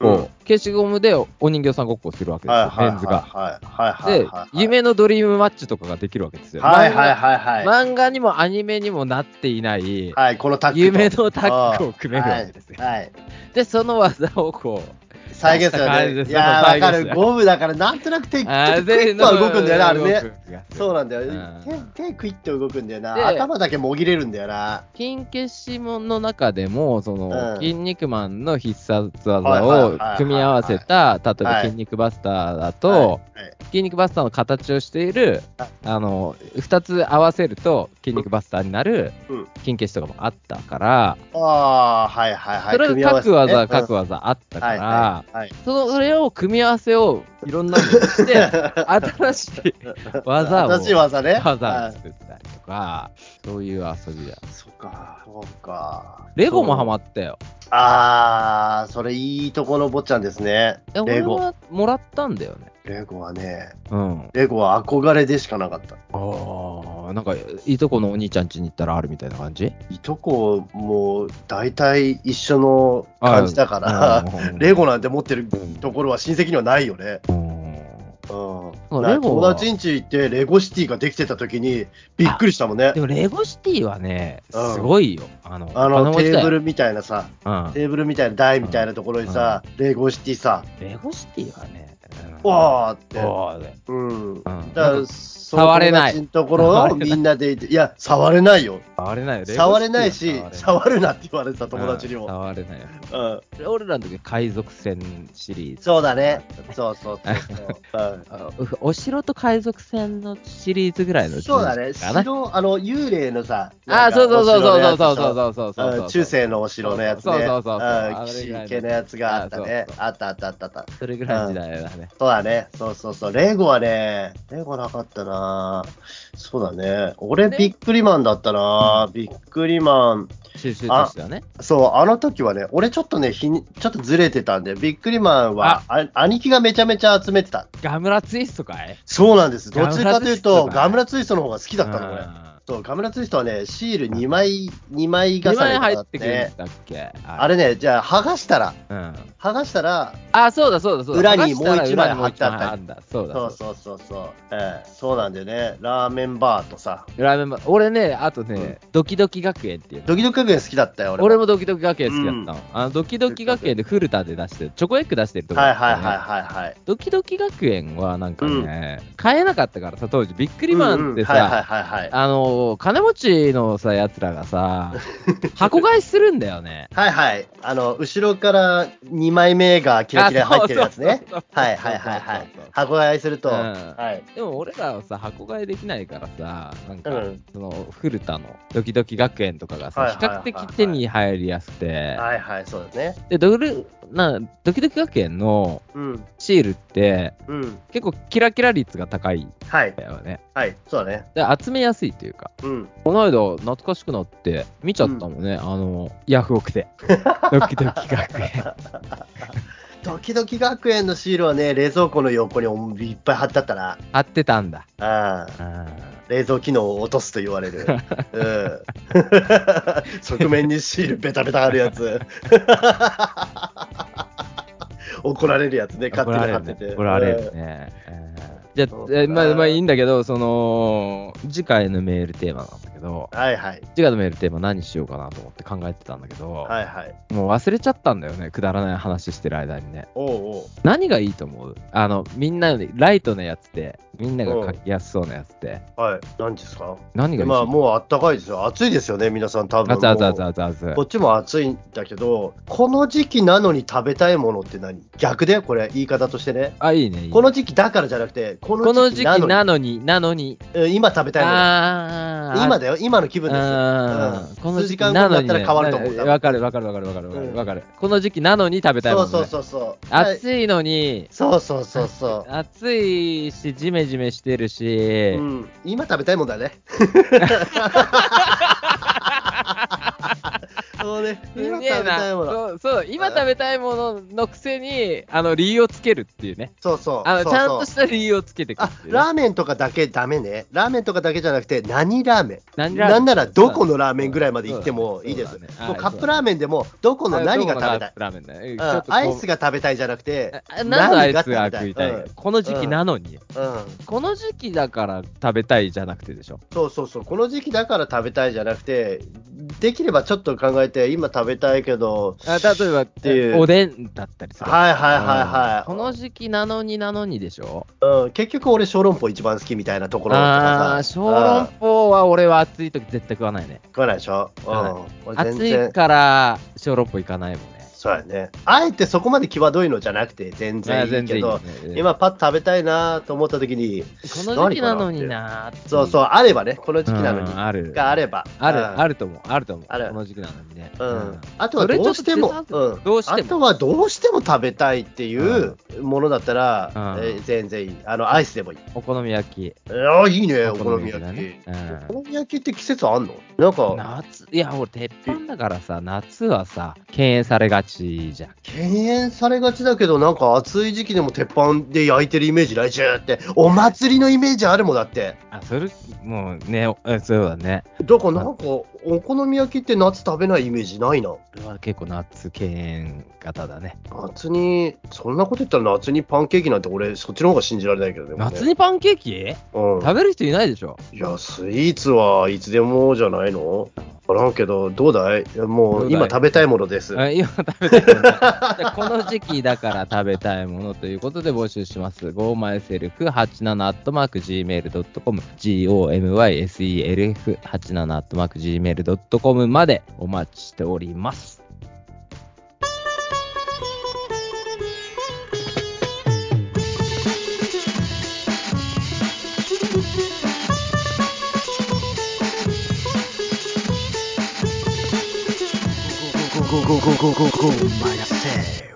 消しゴムでお人形さんごっこするわけですよ、メンズが。 はいはいはいで、夢のドリームマッチとかができるわけですよ。 はいはいはいはい。 漫画にもアニメにもなっていない、 はい、このタッグ夢のタッグを組めるわけですよ。 はい。 で、その技をこう、 再現するね。いやー、わかる。ゴムだから、なんとなく手、ちょっとクイッとは動くんだよな、あれね。そうなんだよ。手、手クイッと動くんだよな。頭だけもぎれるんだよな。 金消しの中でも、その、筋肉マンの必殺技を組み合わせた、例えば筋肉バスターだと、筋肉バスターの形をしている、あの、二つ合わせると筋肉バスターになる金消しとかもあったから、 ああ、はいはいはい。 それが各技、各技あったから、それを組み合わせをいろんなのにして、新しい技を、 新しい技ね。 技を作ったりとか、そういう遊びだ。 そっか、そうか。 レゴもハマったよ。 あー、それいいとこの坊ちゃんですね。 レゴはもらったんだよね。 レゴはね、 うん。 レゴは憧れでしかなかった。 ああ、なんか、いとこのお兄ちゃん家に行ったらあるみたいな感じ？ いとこも大体一緒の感じだから、レゴなんて持ってるところは親戚にはないよね。うん、レゴ友達ん家行ってレゴシティができてた時にびっくりしたもんね。 でもレゴシティはね、すごいよ。 あの、あのテーブルみたいなさ、うん、テーブルみたいな台みたいなところにさ、うん、レゴシティさ。 レゴシティはね、 うん、わーって。 わーで。 うん。だから触れない。のところをみんなでいて、いや、触れないよ。 触れないよ。 触れないし、触るなって言われてた友達にも。 触れないよ。うん。俺らの時海賊船シリーズ。 そうだね。そうそうそうお城と海賊船のシリーズぐらいの。 そうだね。城、あの、幽霊のさ。 あ、そうそうそうそうそうそうそうそう。 中世のお城のやつね。 そうそうそうそう。 騎士系のやつがあったね。あったあったあったあった。 それぐらいの時代だね。 そうだね。そうそうそう。レゴはね、レゴなかったな。そうだね。俺、ビックリマンだったな。ビックリマン。 収集としてはね。 そう、あの時はね、俺ちょっとね、日にちょっとずれてたんで、ビックリマンはあ兄貴がめちゃめちゃ集めてた。 ガムラツイストかい？ そうなんです。どっちかというと、ガムラツイストの方が好きだったの、俺。そう、ガムラツイストはね、シールにまい、にまい重ねだ入ってくるんだっけ？ あれね、じゃあ、剥がしたら、うん、剥がしたら、 あ、そうだそうだそうだ。 裏にもう一枚貼ってあったり。 そうだ。 そうそうそうそう。ええ、そうなんだよね。ラーメンバーとさ。 ラーメンバー。俺ね、あとね、うん、ドキドキ学園っていう。 ドキドキ学園好きだったよ、俺も。 俺もドキドキ学園好きだったの。うん、あのドキドキ学園でフルタで出してる、チョコエッグ出してるところ、ね。 はいはいはいはいはい。 ドキドキ学園はなんかね、うん、買えなかったからさ、当時。ビックリマンってさ、あの、金持ちのさ、やつらがさ、箱買いするんだよね。 はいはい。あの、後ろからにまいめがキラキラ入ってるやつね。はいはいはいはい。箱買いすると。うん、はい。 でも俺らはさ、箱買いできないからさ、なんか、うん、その、古田のドキドキ学園とかがさ、比較的手に入りやすくて。 はいはい、そうですね。 で、ドル、な、ドキドキ学園のシールって、うん、結構キラキラ率が高いんだよね。 はい、はい、そうだね。 で、集めやすいというか、うん、この間懐かしくなって見ちゃったもんね、うん、あの、ヤフオクで。ドキドキ学園。 ドキドキ学園のシールはね、冷蔵庫の横にいっぱい貼ってあったな。 貼ってたんだ。 ああ。冷蔵機能を落とすと言われる。うん、側面にシールベタベタ貼るやつ。怒られるやつね、勝手に貼ってて。 怒られるね。じゃあ、えまあ、まあいいんだけど、その、次回のメールテーマなんだけど、 はいはい。 次回のメールテーマ何しようかなと思って考えてたんだけど、 はいはい。 もう忘れちゃったんだよね、くだらない話してる間にね。 おうおう。 何がいいと思う？あの、みんなよりライトなやつで、みんなが書きやすそうなやつって。 はい。何ですか？ 何がいい？ まあもうあったかいですよ。暑いですよね、皆さん多分。 暑い暑い暑い暑い暑い。 こっちも暑いんだけど、この時期なのに食べたいものって何？逆でこれ言い方としてね。 あ、いいね。いいね、 この時期だからじゃなくて、この時期なのに。 なのに、なのに。 今食べたいもの。あ今だよ、今の気分ですよ。うん、この時間後になったら変わると思う。 わかるわかるわかるわかるわかる。この時期なのに食べたいもの、ね。 そうそうそうそう。 暑いのに。 そうそうそうそう。 暑いし、ジメジメしてるし。 うん、今食べたいもんだね。 そうね。 今食べたいもの。そうそう、今食べたいもののくせに、あの、理由をつけるっていうね。 そうそう。 あの、 そうそうちゃんとした理由をつけてくるっていう、ね。 あ、ラーメンとかだけダメね。ラーメンとかだけじゃなくて、何ラーメン。 何ラーメンなんなら、どこのラーメンぐらいまで行ってもいいです。 ね、 もうカップラーメンでも、どこの何が食べたい。 ラーメンだね、 うん、アイスが食べたいじゃなくて、 何のアイスが食いたい、うん、この時期なのに、 うん、 この時期だから食べたいじゃなくてでしょ。 そうそうそう、この時期だから食べたいじゃなくて、できればちょっと考えて、今食べたいけど、 あ例えばっていうおでんだったりする。 はいはいはいはい、 うん、この時期なのになのにでしょ。 うん、結局俺小籠包一番好きみたいなところとかさ、あ小籠包は俺は暑い時絶対食わないね。 食わないでしょ、 うん、暑いから小籠包行かないもんね。 そうやね。あえてそこまで際どいのじゃなくて全然いいけど、いいね、今パッと食べたいなと思った時に、 この時期なのになーって。 そうそう、あればね、この時期なのに、 うん、あるがあれば。 ある、あると思う、あると思う。この時期なのにね。 うん。あとはどうしても、うん、 どうしても。 あとはどうしても食べたいっていうものだったら、うん、えー、全然いい。あの、アイスでもいい。 お好み焼き。 ああ、いいね、お好み焼き。お好み焼きって季節あんの？なんか。 夏、いや、俺、鉄板だからさ、夏はさ、敬遠されがちじゃん。 敬遠されがちだけど、なんか暑い時期でも鉄板で焼いてるイメージないしって、お祭りのイメージあるもんだって。 あ、それ、もうね、そうだね。 だからなんか、お好み焼きって夏食べないイメージないな。これは結構夏敬遠型だね。 夏に、そんなこと言ったら夏にパンケーキなんて俺、そっちの方が信じられないけどね。 夏にパンケーキ？うん。食べる人いないでしょ。 いや、スイーツはいつでもじゃないの？わからんけど、どうだい？もう今食べたいものです。 あ、今食べたいもの。じゃこの時期だから食べたいものということで募集します。ゴーマイセルフはちじゅうななアットマークジーメールドットコム ゴーマイセルフはちじゅうななアットマークジーメールドットコム までお待ちしております。 Go, go, go, go, go, go, myself.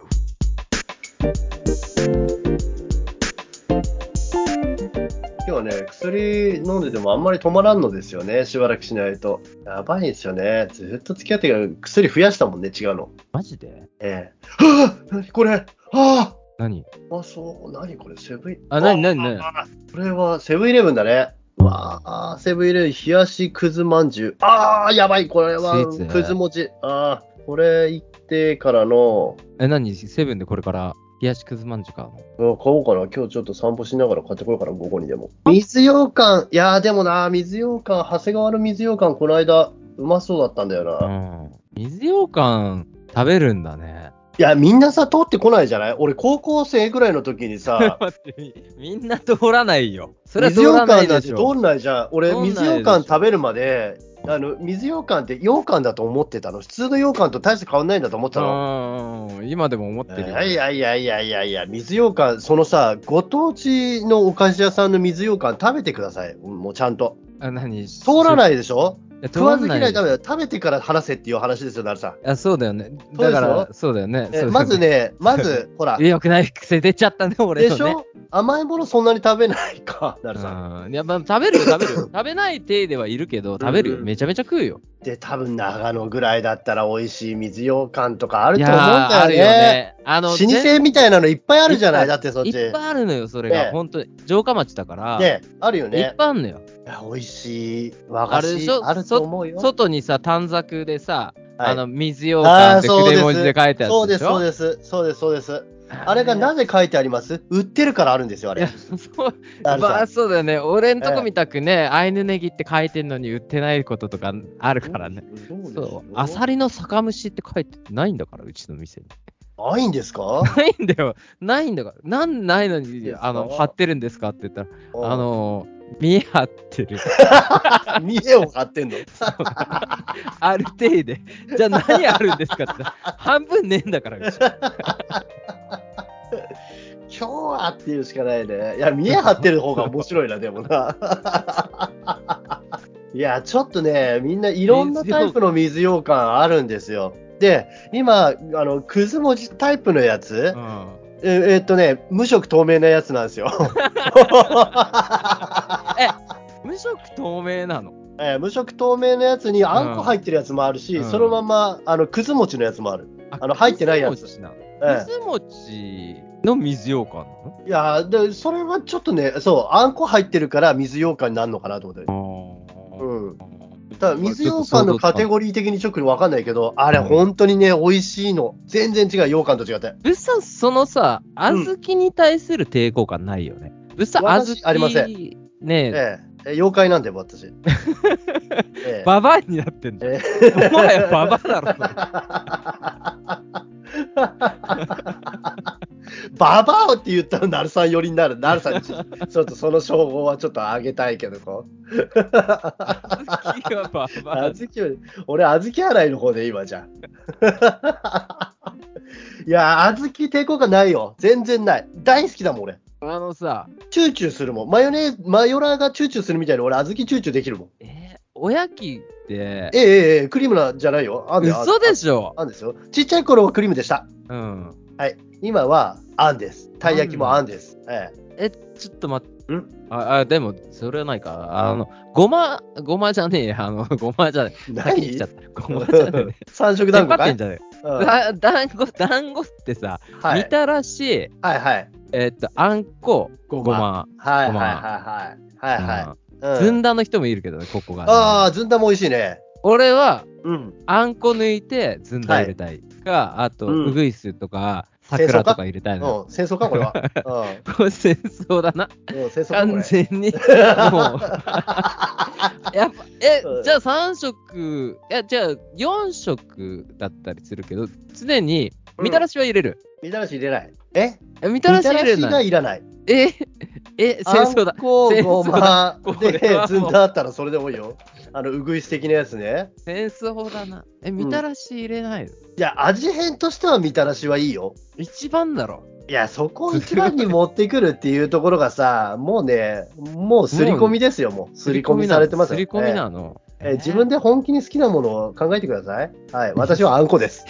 今日はね、薬飲んでてもあんまり止まらんのですよね、しばらくしないと。やばいんですよね。ずっと付き合ってから薬増やしたもんね、違うの。 マジで？ ええ。はぁ、何これ？はぁ、 何？ あ、そう、何これ、セブン。 あ、何何何？ これはセブンイレブンだね。わあ、セブンイレブン、冷やしくずまんじゅう。ああ、やばい、これはくず餅。ああ、これ行ってからの。 え、何？セブンでこれから冷やしくずまんじゅうか。 うん、買おうかな。今日ちょっと散歩しながら買ってこようかな、午後にでも。水羊羹、いやーでもな、水羊羹、長谷川の水羊羹、この間、うまそうだったんだよな。 うん。水羊羹食べるんだね。 いや、みんなさ、通ってこないじゃない？俺、高校生ぐらいの時にさ、 みんな通らないよ。それは通らないでしょ。水羊羹なんて通んないじゃん。俺、水羊羹食べるまで、あの水羊羹って羊羹だと思ってたの。普通の羊羹と大して変わんないんだと思ってたの。 うん、今でも思ってるよ、 ね。いやいやいやいやいや、水羊羹、そのさ、ご当地のお菓子屋さんの水羊羹食べてください。もうちゃんと。 あ、何？ 通らないでしょ？食わず嫌いダメだよ。食べてから話せっていう話ですよ、なるさん。 あ、そうだよね。だから、そうだよね。 えまずね、まず、ほら。 よくない癖出ちゃったね、俺のね。 でしょ？甘いものそんなに食べないか、なるさん。いや、まあ、食べるよ、食べるよ。食べない体ではいるけど、食べるよ。めちゃめちゃ食うよ。 で、多分長野ぐらいだったら美味しい水羊羹とかあると思うんだよね。 あるよね。あの、 老舗みたいなのいっぱいあるじゃない、だってそっち。 いっぱいあるのよ、それが。本当に。城下町だから。 ね、あるよね。 いっぱいあるのよ。 いや、美味しい和菓子あると思うよ。 外にさ、短冊でさ、あの、水羊羹って筆文字で書いてあるでしょ。 そうです、そうです、そうです、そうです。あれがなぜ書いてあります？売ってるからあるんですよ、あれ。 そう、まあ、そうだよね。俺んとこみたくね、アイヌネギって書いてんのに売ってないこととかあるからね。そう。アサリの酒蒸しって書いてないんだから、うちの店に。 ないんですか？ ないんだよ。ないんだから。なんないのに、あの、貼ってるんですかって言ったら、あの、見え張ってる。 見えを張ってんの？ ある程度で。じゃあ何あるんですかって半分ねえんだから、うち。 今日はっていうしかないね。いや、見え張ってる方が面白いな、でもな。いや、ちょっとね、みんないろんなタイプの水羊羹あるんですよ。で、今、あの、くず文字タイプのやつ、うん、え, えー、っとね、無色透明なやつなんですよ。 え、無色透明なの？ えー、無色透明のやつにあんこ入ってるやつもあるし、うん、そのままあのくず餅のやつもある。あの入ってないやつ。くず餅な、くず餅の水羊羹なの？ いやでそれはちょっとね、そうあんこ入ってるから水羊羹になるのかなと思って。うん。ただ水羊羹のカテゴリー的にちょっと分かんないけど、あれ本当にね美味しいの。全然違う、羊羹と違って。 物産そのさ、小豆に対する抵抗感ないよね。物産、小豆ありません。 ねええ、妖怪なんで私。ええ、ババアになってんじゃん。ええ、お前ババアだろ。 ババアって言ったらナルさん寄りになる。ナルさんにちょっとその称号はちょっと上げたいけどこう。 小豆はババア。 小豆俺小豆洗いの方で今じゃん。いや小豆抵抗感ないよ。全然ない。大好きだもん俺。 あのさ、 チューチューするもん。マヨネーマヨラーがチューチューするみたいに俺小豆チューチューできるもん。 えー、おやきって。ええええクリームなじゃないよ。 あんで嘘でしょ。 あんですよ。ちっちゃい頃はクリームでした。 うん。 はい。今はあんです。たい焼きもあんです。 ええ。え、ちょっと待って。んああ、でも、それはないか。あの、ごま、ごまじゃねえや。あの、ごまじゃねえ。先に来ちゃった。ごまじゃねえ。 三色団子かい？ じゃねえ。だ、団子、団子ってさ、はい、みたらし、 はいはい。 えー、っと、あんこ、ごま。 はいはいはいはい。はいはい。 ずんだの人もいるけどね、ここが、ね。 ああ、ずんだも美味しいね。 俺は、うん、あんこ抜いてずんだ入れたいか、はい、あと、うぐいすとか、桜とか入れたいの。 戦争かこれは。 うん、これ戦争だな。 うん、戦争完全に。もう。やっぱ、え、じゃあさん食、いや、じゃあよん食だったりするけど、常に、みたらしは入れる。 みたらし入れない。えみたらし入れない。みたらしがいらない。 ええ、戦争だ。 あんこごまでずんだあったらそれでもいいよ。あの、うぐいす的なやつね。 戦争だな。え、みたらし入れないの？ いや、味変としてはみたらしはいいよ。 一番だろ。 いや、そこを一番に持ってくるっていうところがさ、もうね、もう刷り込みですよ、もう。刷り込みされてますよ。 刷り込みなの。 えー、自分で本気に好きなものを考えてください。はい。私はあんこです。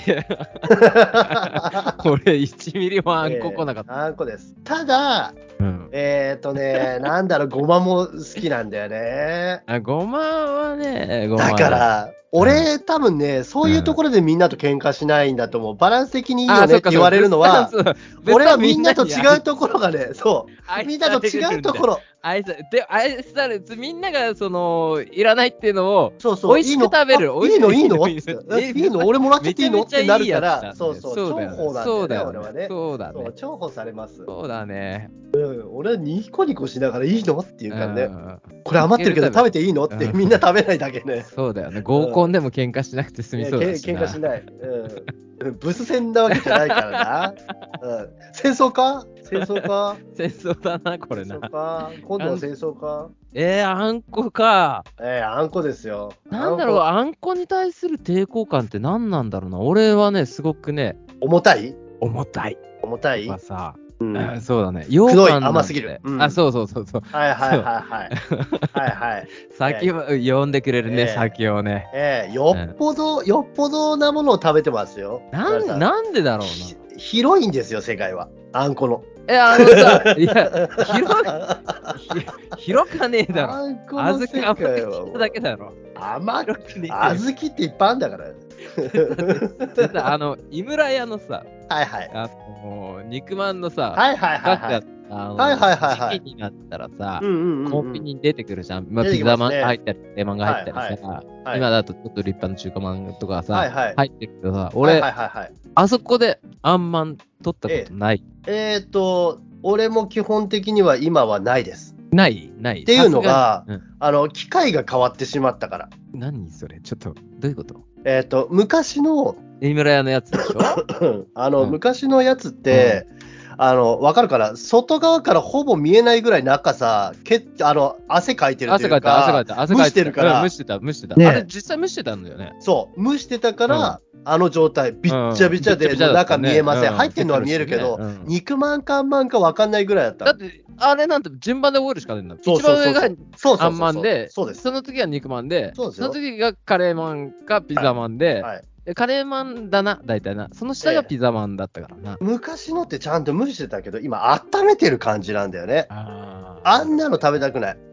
俺、いちミリもあんこ来なかった。 えー、あんこです。ただ、うん、えっ、ー、とね、なんだろう、ごまも好きなんだよね。 あ、ごまはね、ごまだから、俺、うん、多分ね、そういうところでみんなと喧嘩しないんだと思う。バランス的にいいよねって言われるのは、俺はみんなと違うところがね、そう、みんなと違うところ。 愛さで愛されみんながそのいらないっていうのをそうそう美味しく食べる。 いいのいいのいいの俺もらってていいのってなるから、そうそう重宝なんだよね俺はね。 そうだね。 重宝されます。 そうだね。 うん、俺はニコニコしながらいいのっていうからね。これ余ってるけど食べていいのってみんな食べないだけね。 そうだよね。合コンでも喧嘩しなくて済みそうだしな。喧嘩しない。うん。ブス戦なわけじゃないからな。うん。戦争か？戦争か？ 戦争だな、これな。 戦争か？今度は戦争か？ えー、あんこか。 えー、あんこですよ。 なんだろう、あんこに対する抵抗感って何なんだろうな。俺はね、すごくね。 重たい？ 重たい。 重たい？ はさ、 うん、 そうだね。 羊羹甘すぎる、 うん。あ、そうそうそうそう。 はいはいはいはい。はいはい。 先を呼んでくれるね、えー、先をね。 ええー、よっぽど、うん、よっぽどなものを食べてますよ。 なん、なんでだろうな。 広いんですよ、世界は。あんこの。 え、あのさ、いや、広い、広かねえだろ。 あんこの世界は。 小豆甘くだけだろ。 甘くねえ。小豆っていっぱいあるんだから。 あの、井村屋のさ、 はいはい。 あの、肉まんのさ、 はいはいはいはい。 あの、 はいはいはいはい、 時期になったらさ、 うんうんうんうん、 コンビニに出てくるじゃん。まあ、ピザマンが入ったり、レマンが入ったりさ、はいはい、今だとちょっと立派な中華まんとかさ、はいはい、入ってるけどさ、俺、はいはいはいはい、あそこであんまん取ったことない。 えー、えー、と、俺も基本的には今はないです。 ないないっていうのが、うん、あの、機械が変わってしまったから。 何それちょっと、どういうこと？ えっ、ー、と、昔の、 井村屋のやつでしょあの、うん、昔のやつって、うん、あの、わかるかな？外側からほぼ見えないぐらい中さ、けあの、汗かいてるというか、 汗かいて汗かいて汗かいて蒸してるから、 蒸してた、蒸してた。ね、あれ実際蒸してたんだよね。 そう、蒸してたから、うん、あの状態、びっちゃびちゃで、うん、中見えません。うん、入ってるのは見えるけど、うん、肉まんかあんまんかわかんないぐらいだった。 だって、あれなんて順番で覚えるしかないんだ。一番上があんまんで、その次は肉まんで、その次がカレーまんかピザまんで、はいはい、カレーマンだな、大体な。その下がピザマンだったからな。 ええ、昔のってちゃんと蒸してたけど、今温めてる感じなんだよね。あ, あんなの食べたくない。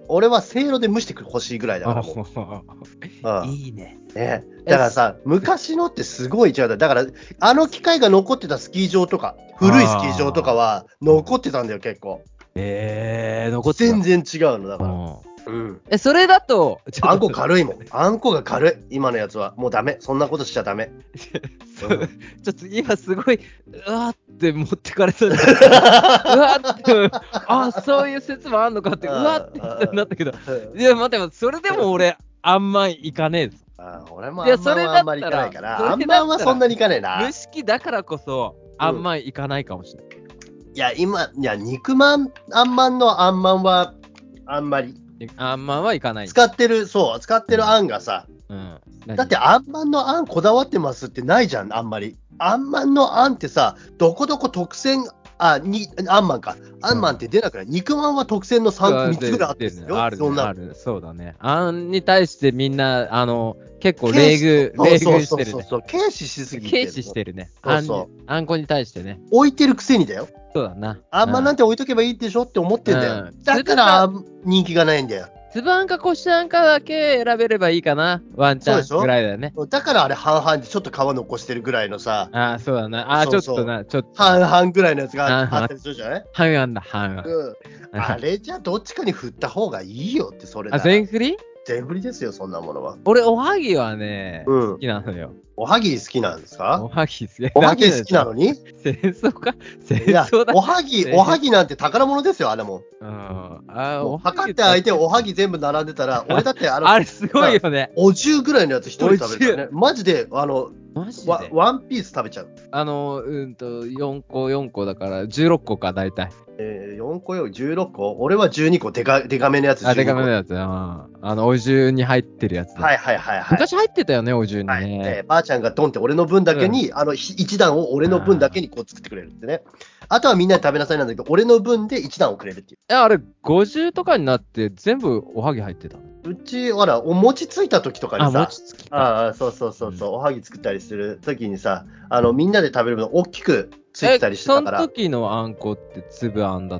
俺はせいろで蒸してほしいぐらいだからもう。いいね。 ね。だからさ、昔のってすごい違う。だから、あの機械が残ってたスキー場とか、古いスキー場とかは残ってたんだよ、結構。 えー、残ってた。 全然違うの、だから。うん。 え、それだと、 あんこ軽いもん。あんこが軽い。今のやつは。もうダメ。そんなことしちゃダメ。 うん、ちょっと今すごい、うわーって持ってかれそうになった。うわーって、あ、そういう説もあんのかって、うわーって言ったんだったけど。いや、待って待って、それでも俺、あんまんいかねえぞ。 あ俺もあんまんはあんまりいかないから。あんまんはそんなにいかねえな。 蒸し器だからこそ、あんまんいかないかもしれない。うん、 いや、今、いや、肉まん、あんまんのあんまんは、あんまり。 あんまんはいかない。 使ってる、そう、使ってるあんがさ、うんうん、だってあんまんのあんこだわってますってないじゃん、あんまり。あんまんのあんってさ、どこどこ特選、あ、に、あんまんか。あんまんって出なくない、うん、肉まんは特選のさん、みっつぐらいあってるよ。 あるね、ある。そうだね。あんに対してみんな、あの、結構礼遇、礼遇してるね。 そうそうそう、軽視しすぎてる。 軽視してるね。そうそう。あんこに対してね。 置いてるくせにだよ。 そうだな。 あんまんなんて置いとけばいいでしょって思ってんだよ。うん、だから人気がないんだよ。 粒あんかこしあんかだけ選べればいいかな。ワンチャンぐらいだよね。 だからあれ半々でちょっと皮残してるぐらいのさ。 ああ、そうだな。ああ、ちょっとな、ちょっと。 半々ぐらいのやつがあったりするじゃない？ 半々だ、半々。 うん。あれじゃどっちかに振った方がいいよって、それだ。 あ、全振り？ 全振りですよ、そんなものは。 俺、おはぎはね、うん、好きなのよ。 おはぎ好きなんですか？ おはぎ好き。 おはぎ好きなのに戦争か戦争だ。 おはぎ、おはぎなんて宝物ですよ、あれも。うん。ああ、測って相手おはぎ全部並んでたら、俺だってあの、 あれすごいよね。 お重ぐらいのやつ一人食べるからね。マジで、あの、マジでワ、ワンピース食べちゃう。 あの、うんと、よんこ、よんこだからじゅうろっこか、大体。 えー、よんこよ、じゅうろっこ？俺はじゅうにこ、でか、でかめのやつ。 あ、でかめのやつ。ああの、お重に入ってるやつ。 はいはいはいはい。 昔入ってたよね、お重にね。 はいえー、ばあちゃんがドンって俺の分だけに、うん、あの、一段を俺の分だけにこう作ってくれるってね。あとはみんなで食べなさいなんだけど、俺の分で一段をくれるっていう。 いや、あれ、ごじゅうとかになって全部おはぎ入ってた。 うち、ほら、お餅ついた時とかにさ、 あ、餅つきか。 ああ、そうそうそうそう、うん、おはぎ作ったりする時にさ、あの、みんなで食べるの大きくついてたりしてたから。 その時のあんこって粒あんだった？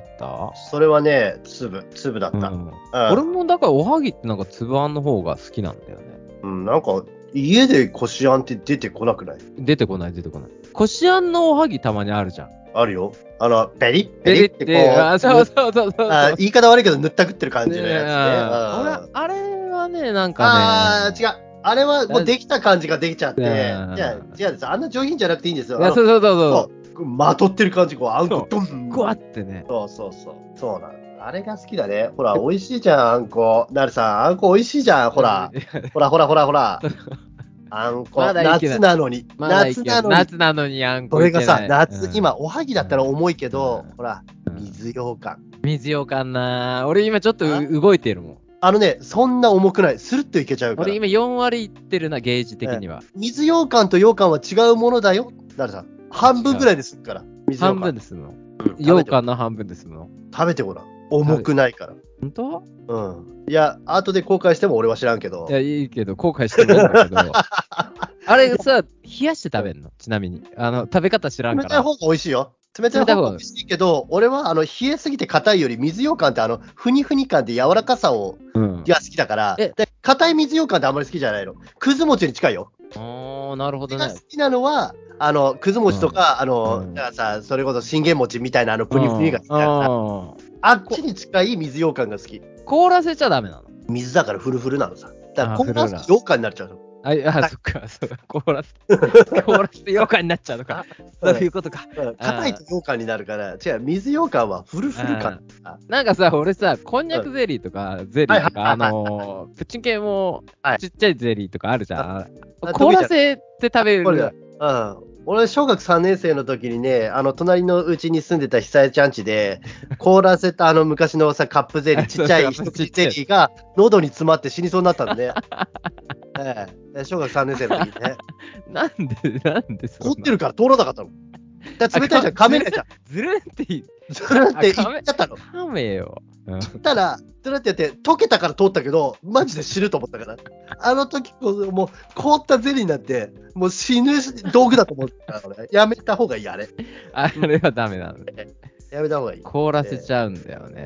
それはね、粒、粒だった。うんうん、俺もだからおはぎってなんか粒あんの方が好きなんだよね。 うん、なんか、家でこしあんって出てこなくない？ 出てこない、出てこない。こしあんのおはぎたまにあるじゃん。 あるよ。あの、ペリッペリってこう。 あ、そうそうそうそう。 あ、言い方悪いけど塗ったくってる感じのやつね。 俺、あれはね、なんかね。 ああ、違う。あれはもうできた感じができちゃって。いや、違うんです。あんな上品じゃなくていいんですよ。 いや、そうそうそうそう。まとってる感じ、こう、あんこ、ドン。 グワってね。 そうそうそう。そうなの。あれが好きだね。ほら、美味しいじゃん、あんこ。なるさん、あんこ美味しいじゃん、ほら。ほらほらほらほら。あんこ、ま、夏なのに、 ま、夏なのに。夏なのにあんこ。 それがさ、夏、うん、今、おはぎだったら重いけど、うん、ほら、水羊羹。 水羊羹なぁ。俺今ちょっと動いてるもん。 あのね、そんな重くない。スルッといけちゃうから。 俺今よん割いってるな、ゲージ的には。 えー、水羊羹と羊羹は違うものだよ。なるさん。半分ぐらいですから。 水羊羹。半分ですの。羊羹の半分ですの。 食べてごらん。重くないから。 本当？ うん。いや、後で後悔しても俺は知らんけど。 いや、いいけど、後悔してもいいんだけど。あれさ、冷やして食べんの？ちなみに。あの、食べ方知らんから。 冷たい方が美味しいよ。冷たい方が美味しいけど、俺はあの冷えすぎて硬いより水羊羹ってあの、ふにふに感で柔らかさを、うん、が好きだから、で硬い水羊羹ってあんまり好きじゃないの。くず餅に近いよ。 ああ、なるほどね。 好きなのは、あの、くず餅とか、うん、あの、うん、だからさ、それこそ信玄餅みたいなあの、ぷにふにが好きだから、あっちに近い水羊羹が好き。 凍らせちゃダメなの？ 水だからフルフルなのさ。だから凍らせて羊羹になっちゃうの。 あ、あ、そっか、そうか、凍らせて、凍らせて羊羹になっちゃうのか。そういうことか。 硬いと羊羹になるから、違う、水羊羹はフルフル感。 なんかさ、俺さ、こんにゃくゼリーとか、ゼリーとか、あのー、プッチン系もちっちゃいゼリーとかあるじゃん。凍らせて食べる。 うん。俺、小学さんねん生の時にね、あの、隣のうちに住んでた久江ちゃん家で、凍らせたあの昔のさ、カップゼリー、ちっちゃい一口ゼリーが喉に詰まって死にそうになったんでね。ええ、小学さんねん生の時にね。 なんで、なんでそんな。 凍ってるから通らなかったの。だ冷たいじゃん、噛めないじゃん。 ずるんって言ずるんって言っちゃったの。 噛めよ。 言ったら、ずるってやって、溶けたから通ったけど、マジで死ぬと思ったから。あの時こそ、もう凍ったゼリーになって、もう死ぬ道具だと思ったから、ね、やめた方がいい、あれ。 あれはダメなのね。 やめた方がいい。 凍らせちゃうんだよね。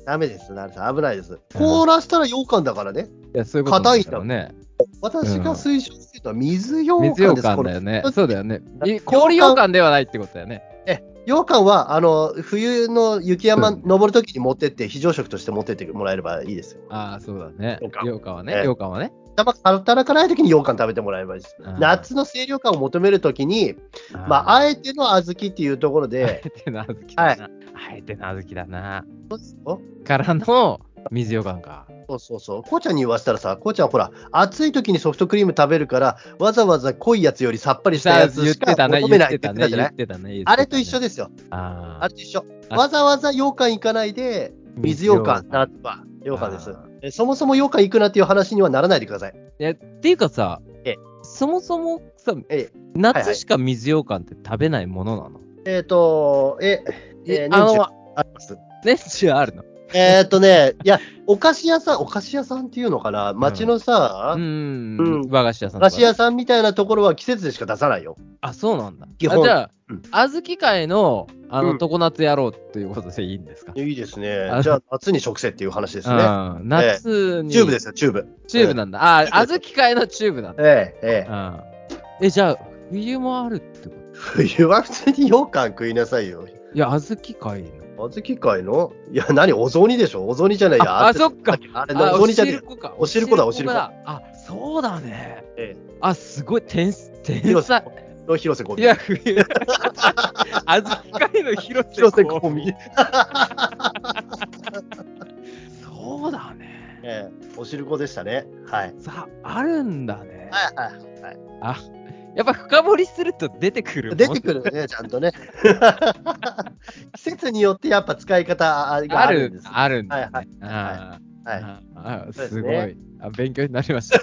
ダメです、なるさん、危ないです。凍らしたら羊羹だからね。 いや、そういうことなんだろうね。 私が推奨するのは水羊羹です。 水羊羹だよね。そうだよね。氷羊羹ではないってことだよね。 え、羊羹は、あの、冬の雪山登るときに持ってって、非常食として持ってってもらえればいいですよ。 ああ、そうだね。羊羹はね。羊羹はね。 働かないときに羊羹食べてもらえばいいです。夏の清涼感を求めるときに、まあ、あえての小豆っていうところで。 あえての小豆だな。あえての小豆だな。からの水羊羹か。 そうそうそう。こうちゃんに言わせたらさ、こうちゃんほら、暑い時にソフトクリーム食べるから、わざわざ濃いやつよりさっぱりしたやつしか求めないって言ってたじゃない？あれと一緒ですよ。あれと一緒。わざわざ羊羹行かないで、水羊羹、夏は羊羹です。えそもそも羊羹行くなっていう話にはならないでください。 えっていうかさ、えそもそもさ、え夏しか水羊羹って食べないものなの？ えっと、え、え、年中あります。 年中あるの？ えーっとね、いや、お菓子屋さん、お菓子屋さんっていうのかな、町のさ、 うん、うん、和菓子屋さん、 和菓子屋さんみたいなところは季節でしか出さないよ。 あ、そうなんだ。基本。じゃあ、うん、小豆会の、あの、常夏やろうっていうことでいいんですか？ いいですね。じゃあ、夏に食せっていう話ですね。 うん、夏に、 チューブですよ、チューブ。 チューブなんだ。あ、小豆会のチューブなんだ。 ええ、ええ。え、じゃあ、冬もあるってこと？ 冬は普通に羊羹食いなさいよ。 いや、小豆会の。 小豆会のいや、何お雑煮でしょ？お雑煮じゃないや。 あ、そっか。 あれ、お雑煮じゃねえ。お汁粉だ、お汁粉。 あ、そうだね。ええ。あ、すごい、天才。 広瀬香美。 いや、冬。小豆会の広瀬香美。そうだね。 ええ、お汁粉でしたね。はい。 さあ、あるんだね。 はいはいはい。 あ、やっぱ深掘りすると出てくる。 出てくるね、ちゃんとね。季節によってやっぱ使い方があるんです。 あるんだ。 はいはい。 はい。すごい。あ、勉強になりました。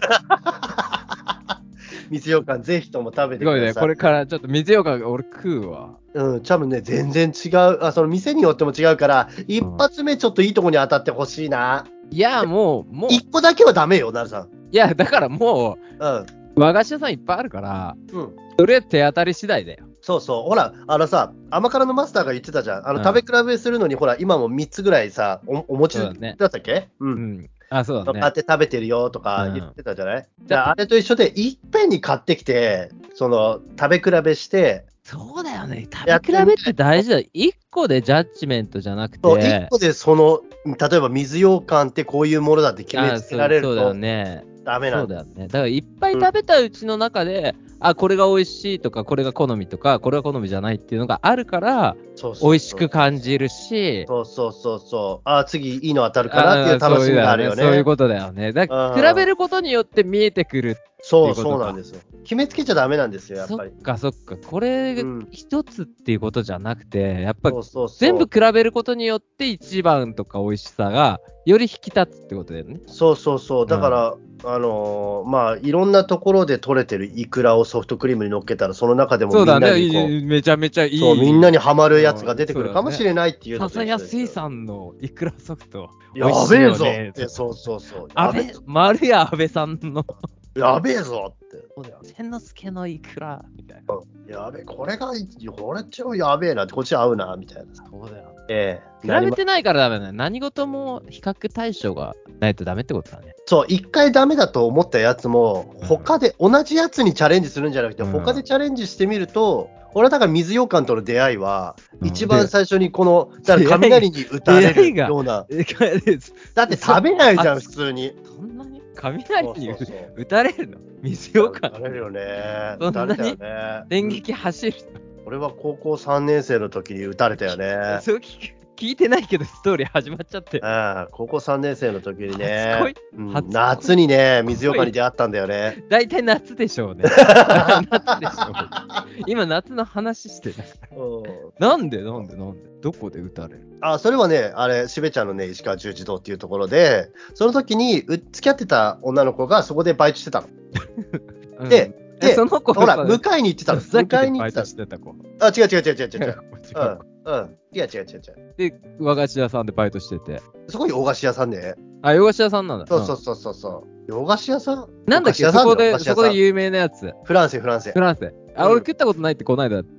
水羊羹ぜひとも食べてください。 すごいね。これからちょっと水羊羹俺食うわ。 うん、多分ね、全然違う。あ、その店によっても違うから、一発目ちょっといいとこに当たってほしいな。 いや、もう、もう。 一個だけはダメよ、なるさん。 いや、だからもう、うん。和菓子屋さんいっぱいあるから、うん。それ手当たり次第だよ。 そうそう。ほら、あのさ、甘辛のマスターが言ってたじゃん。あの、うん、食べ比べするのに、ほら、今もみっつぐらいさ、お, お持ちだったっけ？う、ね、うん。うんあ、そうだね。 買って食べてるよとか言ってたじゃない、うん、じゃあ、あれと一緒で、いっぺんに買ってきて、その、食べ比べして、 そうだよね。食べ比べって大事だよ。いっこでジャッジメントじゃなくて。 そう、いっこでその、例えば水羊羹ってこういうものだって決めつけられると。 そうだよね。 ダメなんだ。 そうだよね。だからいっぱい食べたうちの中で、うん、あ、これが美味しいとか、これが好みとか、これが好みじゃないっていうのがあるから、そうそうそう美味しく感じるし、 そうそうそうそう、あ、次いいの当たるかなっていう楽しみがあるよね。 そういうことだよね。だから比べることによって見えてくる。 そうそうなんですよ。決めつけちゃダメなんですよ、やっぱり。 そっかそっか。これ一つっていうことじゃなくて、うん、やっぱ全部比べることによって一番とか美味しさがより引き立つってことだよね。 そうそうそう。だから、うん、あのー、まあいろんなところで取れてるイクラをソフトクリームに乗っけたら、その中でもみんなにこう、 そうだね、めちゃめちゃいい。 そう、みんなにハマるやつが出てくるかもしれないっていうの笹谷水産のイクラソフト。 やべえぞって、そうそうそう。 あべ、丸谷安倍さんの。 やべえぞって。 そうだよ。千之助のイクラみたいな。 やべえ、これが、これ超やべえなって、こっち合うな、みたいな。 そうだよ。 ええー。比べてないからダメだね。何事も比較対象がないとダメってことだね。 そう、一回ダメだと思ったやつも、他で、うん、同じやつにチャレンジするんじゃなくて、うん、他でチャレンジしてみると、俺はだから水羊羹との出会いは、うん、一番最初にこの、だから雷に打たれるような。だって食べないじゃん、普通に。 そんなに雷に打たれるの？水羊羹。 打たれるよね。 そんなに電撃走るの？ 俺は高校さんねん生の時に打たれたよね。 そう聞く。聞いてないけどストーリー始まっちゃって。 ああ、高校さんねん生の時にね、うん、夏にね、水羊羹に出会ったんだよね。 大体夏でしょうね。夏でしょう。今夏の話してた。なんでなんでなんでどこで打たれる？ あ、それはね、あれ、しべちゃんのね、石川十字道っていうところで、その時に付き合ってた女の子がそこでバイトしてたの。うん、で、で、その子ほら、迎えに行ってたの。迎えに行ってた。 してた子。 あ、違う違う違う違う違う違う。うん、うん。違う違う違う違う。 で、和菓子屋さんでバイトしてて。 そこに洋菓子屋さんで。 あ、洋菓子屋さんなんだ。 そうそうそうそうそう。洋菓子屋さんなんだっけ、そこで、そこで有名なやつ。 フランセ、フランセ。 フランセ。あ、俺食ったことないってこの間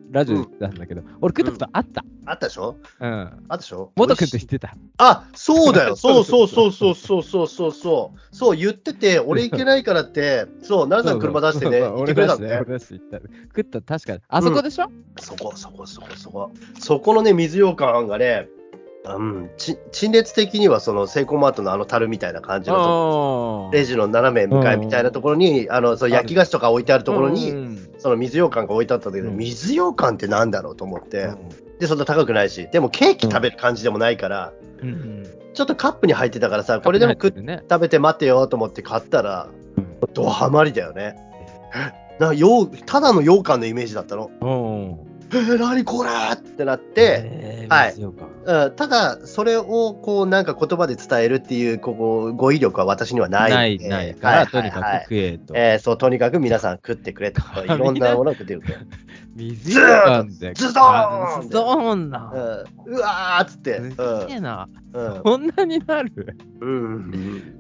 ラジオで言ってたんだけど、うん、俺食ったことあった、 うん、あったでしょ。うん。あったでしょ。 元くんって言ってた。 あ、そうだよ。そうそうそうそうそうそうそうそう。そう言ってて、俺行けないからって、そう、奈良さん車出してね、行ってくれたんだよ。 俺出して行った。食った、確かに。あそこでしょ、うん、 そこ、そこ、そこ、そこ。そこのね、水羊羹がね、うん、ち陳列的にはそのセイコーマートのあの樽みたいな感じのところ、レジの斜め向かいみたいなところに、あのその焼き菓子とか置いてあるところに、その水羊羹が置いてあったんだけど、うん、水羊羹ってなんだろうと思って、うん、でそんな高くないし、でもケーキ食べる感じでもないから、うんうん、ちょっとカップに入ってたからさ、これでも食、ね、食べて待ってよと思って買ったら、うん、ドハマりだよね。なんかようただの羊羹のイメージだったの。うんえー、何これってなって、えー、はい、うん、ただそれをこうなんか言葉で伝えるっていうここ語彙力は私にはないので、ないないから、はいはいはい、とにかく食えと、 えー、そうとにかく皆さん食ってくれといろんなものを食ってると水羊羹でズドーンズドーンな、 うん、うわーっつってすげえな、うん、そんなになる、うん、うん、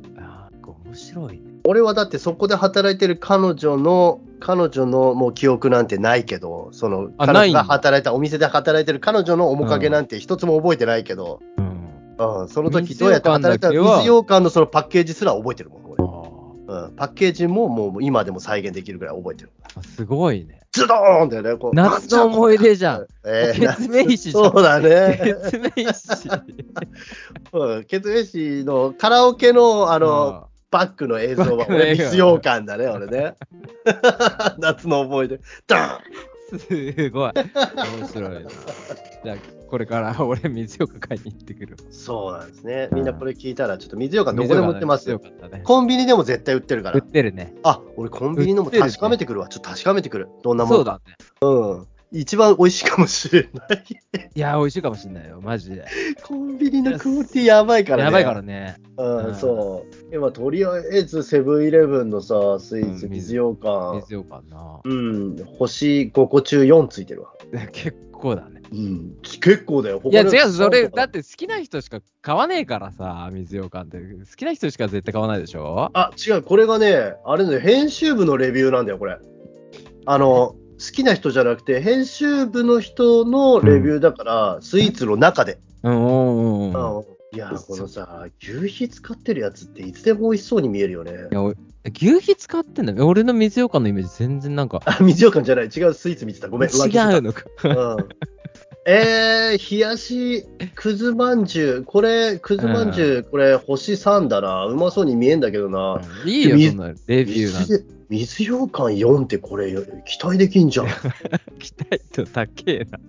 あ面白いね。 俺はだってそこで働いてる彼女の彼女のもう記憶なんてないけど、その彼女が働いたお店で働いてる彼女の面影なんて一つも覚えてないけど、うんうん、その時どうやって働いた水羊羹のそのパッケージすら覚えてるもん俺、うん、パッケージももう今でも再現できるぐらい覚えてる。 すごいね。 ズドーンってね、こう夏の思い出じゃん。えー、ケツメイシじゃん。 そうだね。 ケツメイシ。 うん、ケツメイシのカラオケのあの。バックの映像は俺水羊羹だね、俺ね。夏の思い出。ダーンすごい。面白いな。じゃあ、これから俺水羊羹買いに行ってくる。 そうなんですね。みんなこれ聞いたら、ちょっと水羊羹どこでも売ってますよ。ね、コンビニでも絶対売ってるから。 売ってるね。 あ、俺コンビニのも確かめてくるわ。ちょっと確かめてくる。どんなもんそうだね。 うん。一番美味しいかもしれない。 いや、美味しいかもしれないよ、マジで。 コンビニのクオリティやばいからね。 やばいからね。 うん、うん、そう。今、とりあえずセブンイレブンのさ、スイーツ、水羊羹。 水羊羹な。 うん、星ごこ中よんついてるわ。 結構だね。 うん、結構だよ。 いや、違う、それ、だって好きな人しか買わねえからさ、水羊羹って。好きな人しか絶対買わないでしょ？ あ、違う、これがね、あれね、編集部のレビューなんだよ、これ。あの、好きな人じゃなくて、編集部の人のレビューだから、うん、スイーツの中で。うんうんうん、うん。いや、このさ、牛皮使ってるやつっていつでも美味しそうに見えるよね。 いや、牛皮使ってんだよ。俺の水羊羹のイメージ全然なんか。 あ、水羊羹じゃない。違うスイーツ見てた。ごめん。 違うのか。 うん。えー、冷やしくずまんじゅう。これ、くずまんじゅう、うん、これ、星さんだな。うまそうに見えんだけどな。 うん、いいよ、そんなレビューなんて。 水羊羹よんってこれ、期待できんじゃん。 期待と高えな。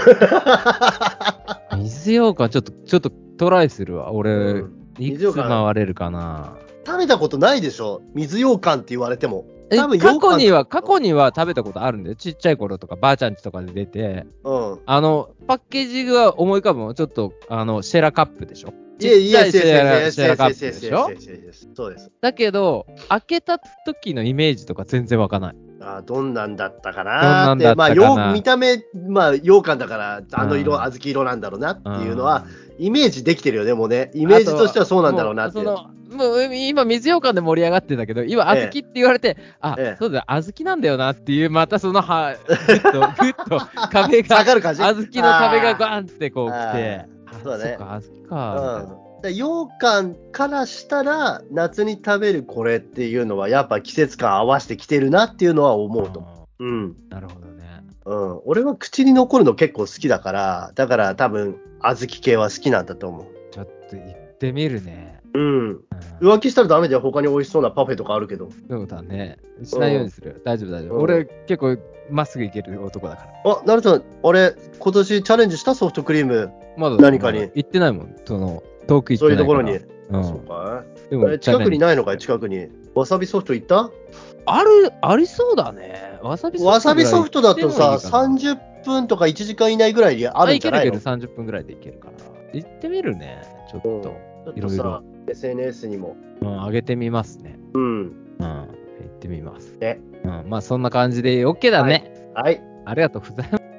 水羊羹ちょっと、ちょっとトライするわ。俺、うん、いくつ回れるかな。 食べたことないでしょ、水羊羹って言われても。 多分過去には、過去には食べたことあるんだよ。ちっちゃい頃とか、ばあちゃんちとかで出て。うん。あの、パッケージが思い浮かぶのちょっと、あの、シェラカップでしょ。 ちっちゃいシェラカップでしょ。 そうです。 だけど、開けた時のイメージとか全然わかんない。 あ、どんなんだったかなって。まあ、よ見た目、まあ、羊羹だから、あの色、小豆色なんだろうなっていうのは、イメージできてるよね、もうね。イメージとしてはそうなんだろうなっていう。 もう今、水羊羹で盛り上がってたけど、今、小豆って言われて、ええ、あ、ええ、そうだよ、小豆なんだよなっていう、またその、は、ぐっと、ぐっと壁が、小豆の壁がガーンってこう来て、 そうだね。 そうか、小豆か。 うん、羊羹からしたら、夏に食べるこれっていうのは、やっぱ季節感合わせてきてるなっていうのは思うと。うん。 なるほどね。 うん。俺は口に残るの結構好きだから、だから多分、小豆系は好きなんだと思う。 ちょっと行ってみるね。 うん。浮気したらダメだよ。他に美味しそうなパフェとかあるけど。 そうだね。しないようにする。うん、大丈夫大丈夫。うん、俺結構まっすぐいける男だから。 あ、なると、俺今年チャレンジしたソフトクリーム。まだ何かに。 行ってないもん。その遠く行ってないから。そういうところに。 うん、そうか。でも近くにないのかい、近くに。わさびソフト行った？ ある、ありそうだね。わさびソフト。 わさびソフトだとさ、さんじゅっぷんとかいちじかん以内ぐらいにあるんじゃないの？ いけるけどさんじゅっぷんぐらいでいけるから。行ってみるね。ちょっと。うん、いろいろ。 エスエヌエス にも。 うん、上げてみますね。 うん。うん。 行ってみます。 ね。 うん、まあそんな感じで OK だね。 はい。はい、 ありがとうございます。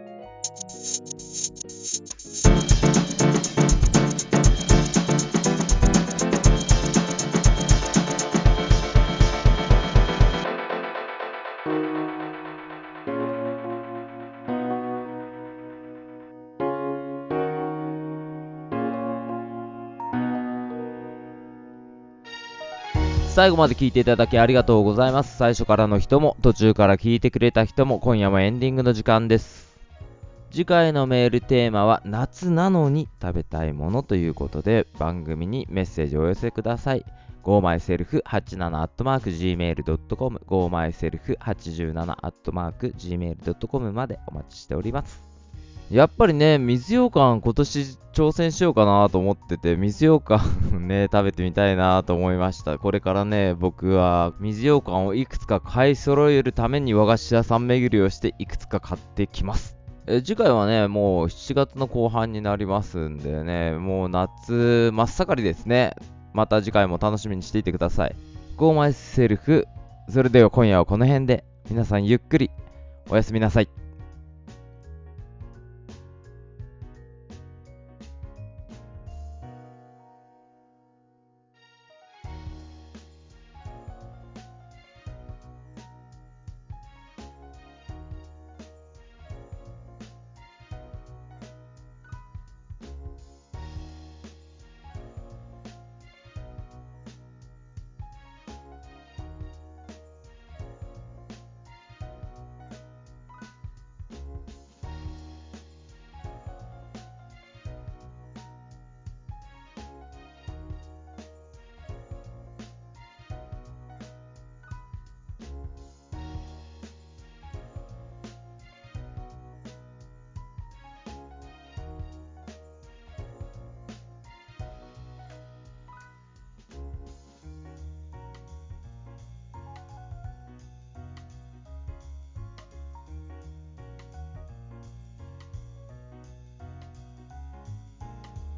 最後まで聞いていただきありがとうございます。最初からの人も途中から聞いてくれた人も、今夜もエンディングの時間です。次回のメールテーマは夏なのに食べたいものということで、番組にメッセージをお寄せください。ゴーマイセルフはちじゅうなな アットマーク ジーメール ドットコム ゴーマイセルフはちじゅうなな アットマーク ジーメール ドットコム までお待ちしております。やっぱりね、水羊羹今年挑戦しようかなと思ってて、水羊羹ね、食べてみたいなと思いました。これからね、僕は水羊羹をいくつか買い揃えるために和菓子屋さん巡りをしていくつか買ってきます。え次回はね、もうしちがつの後半になりますんでね、もう夏真っ盛りですね。また次回も楽しみにしていてください。Go myself。それでは今夜はこの辺で、皆さんゆっくりおやすみなさい。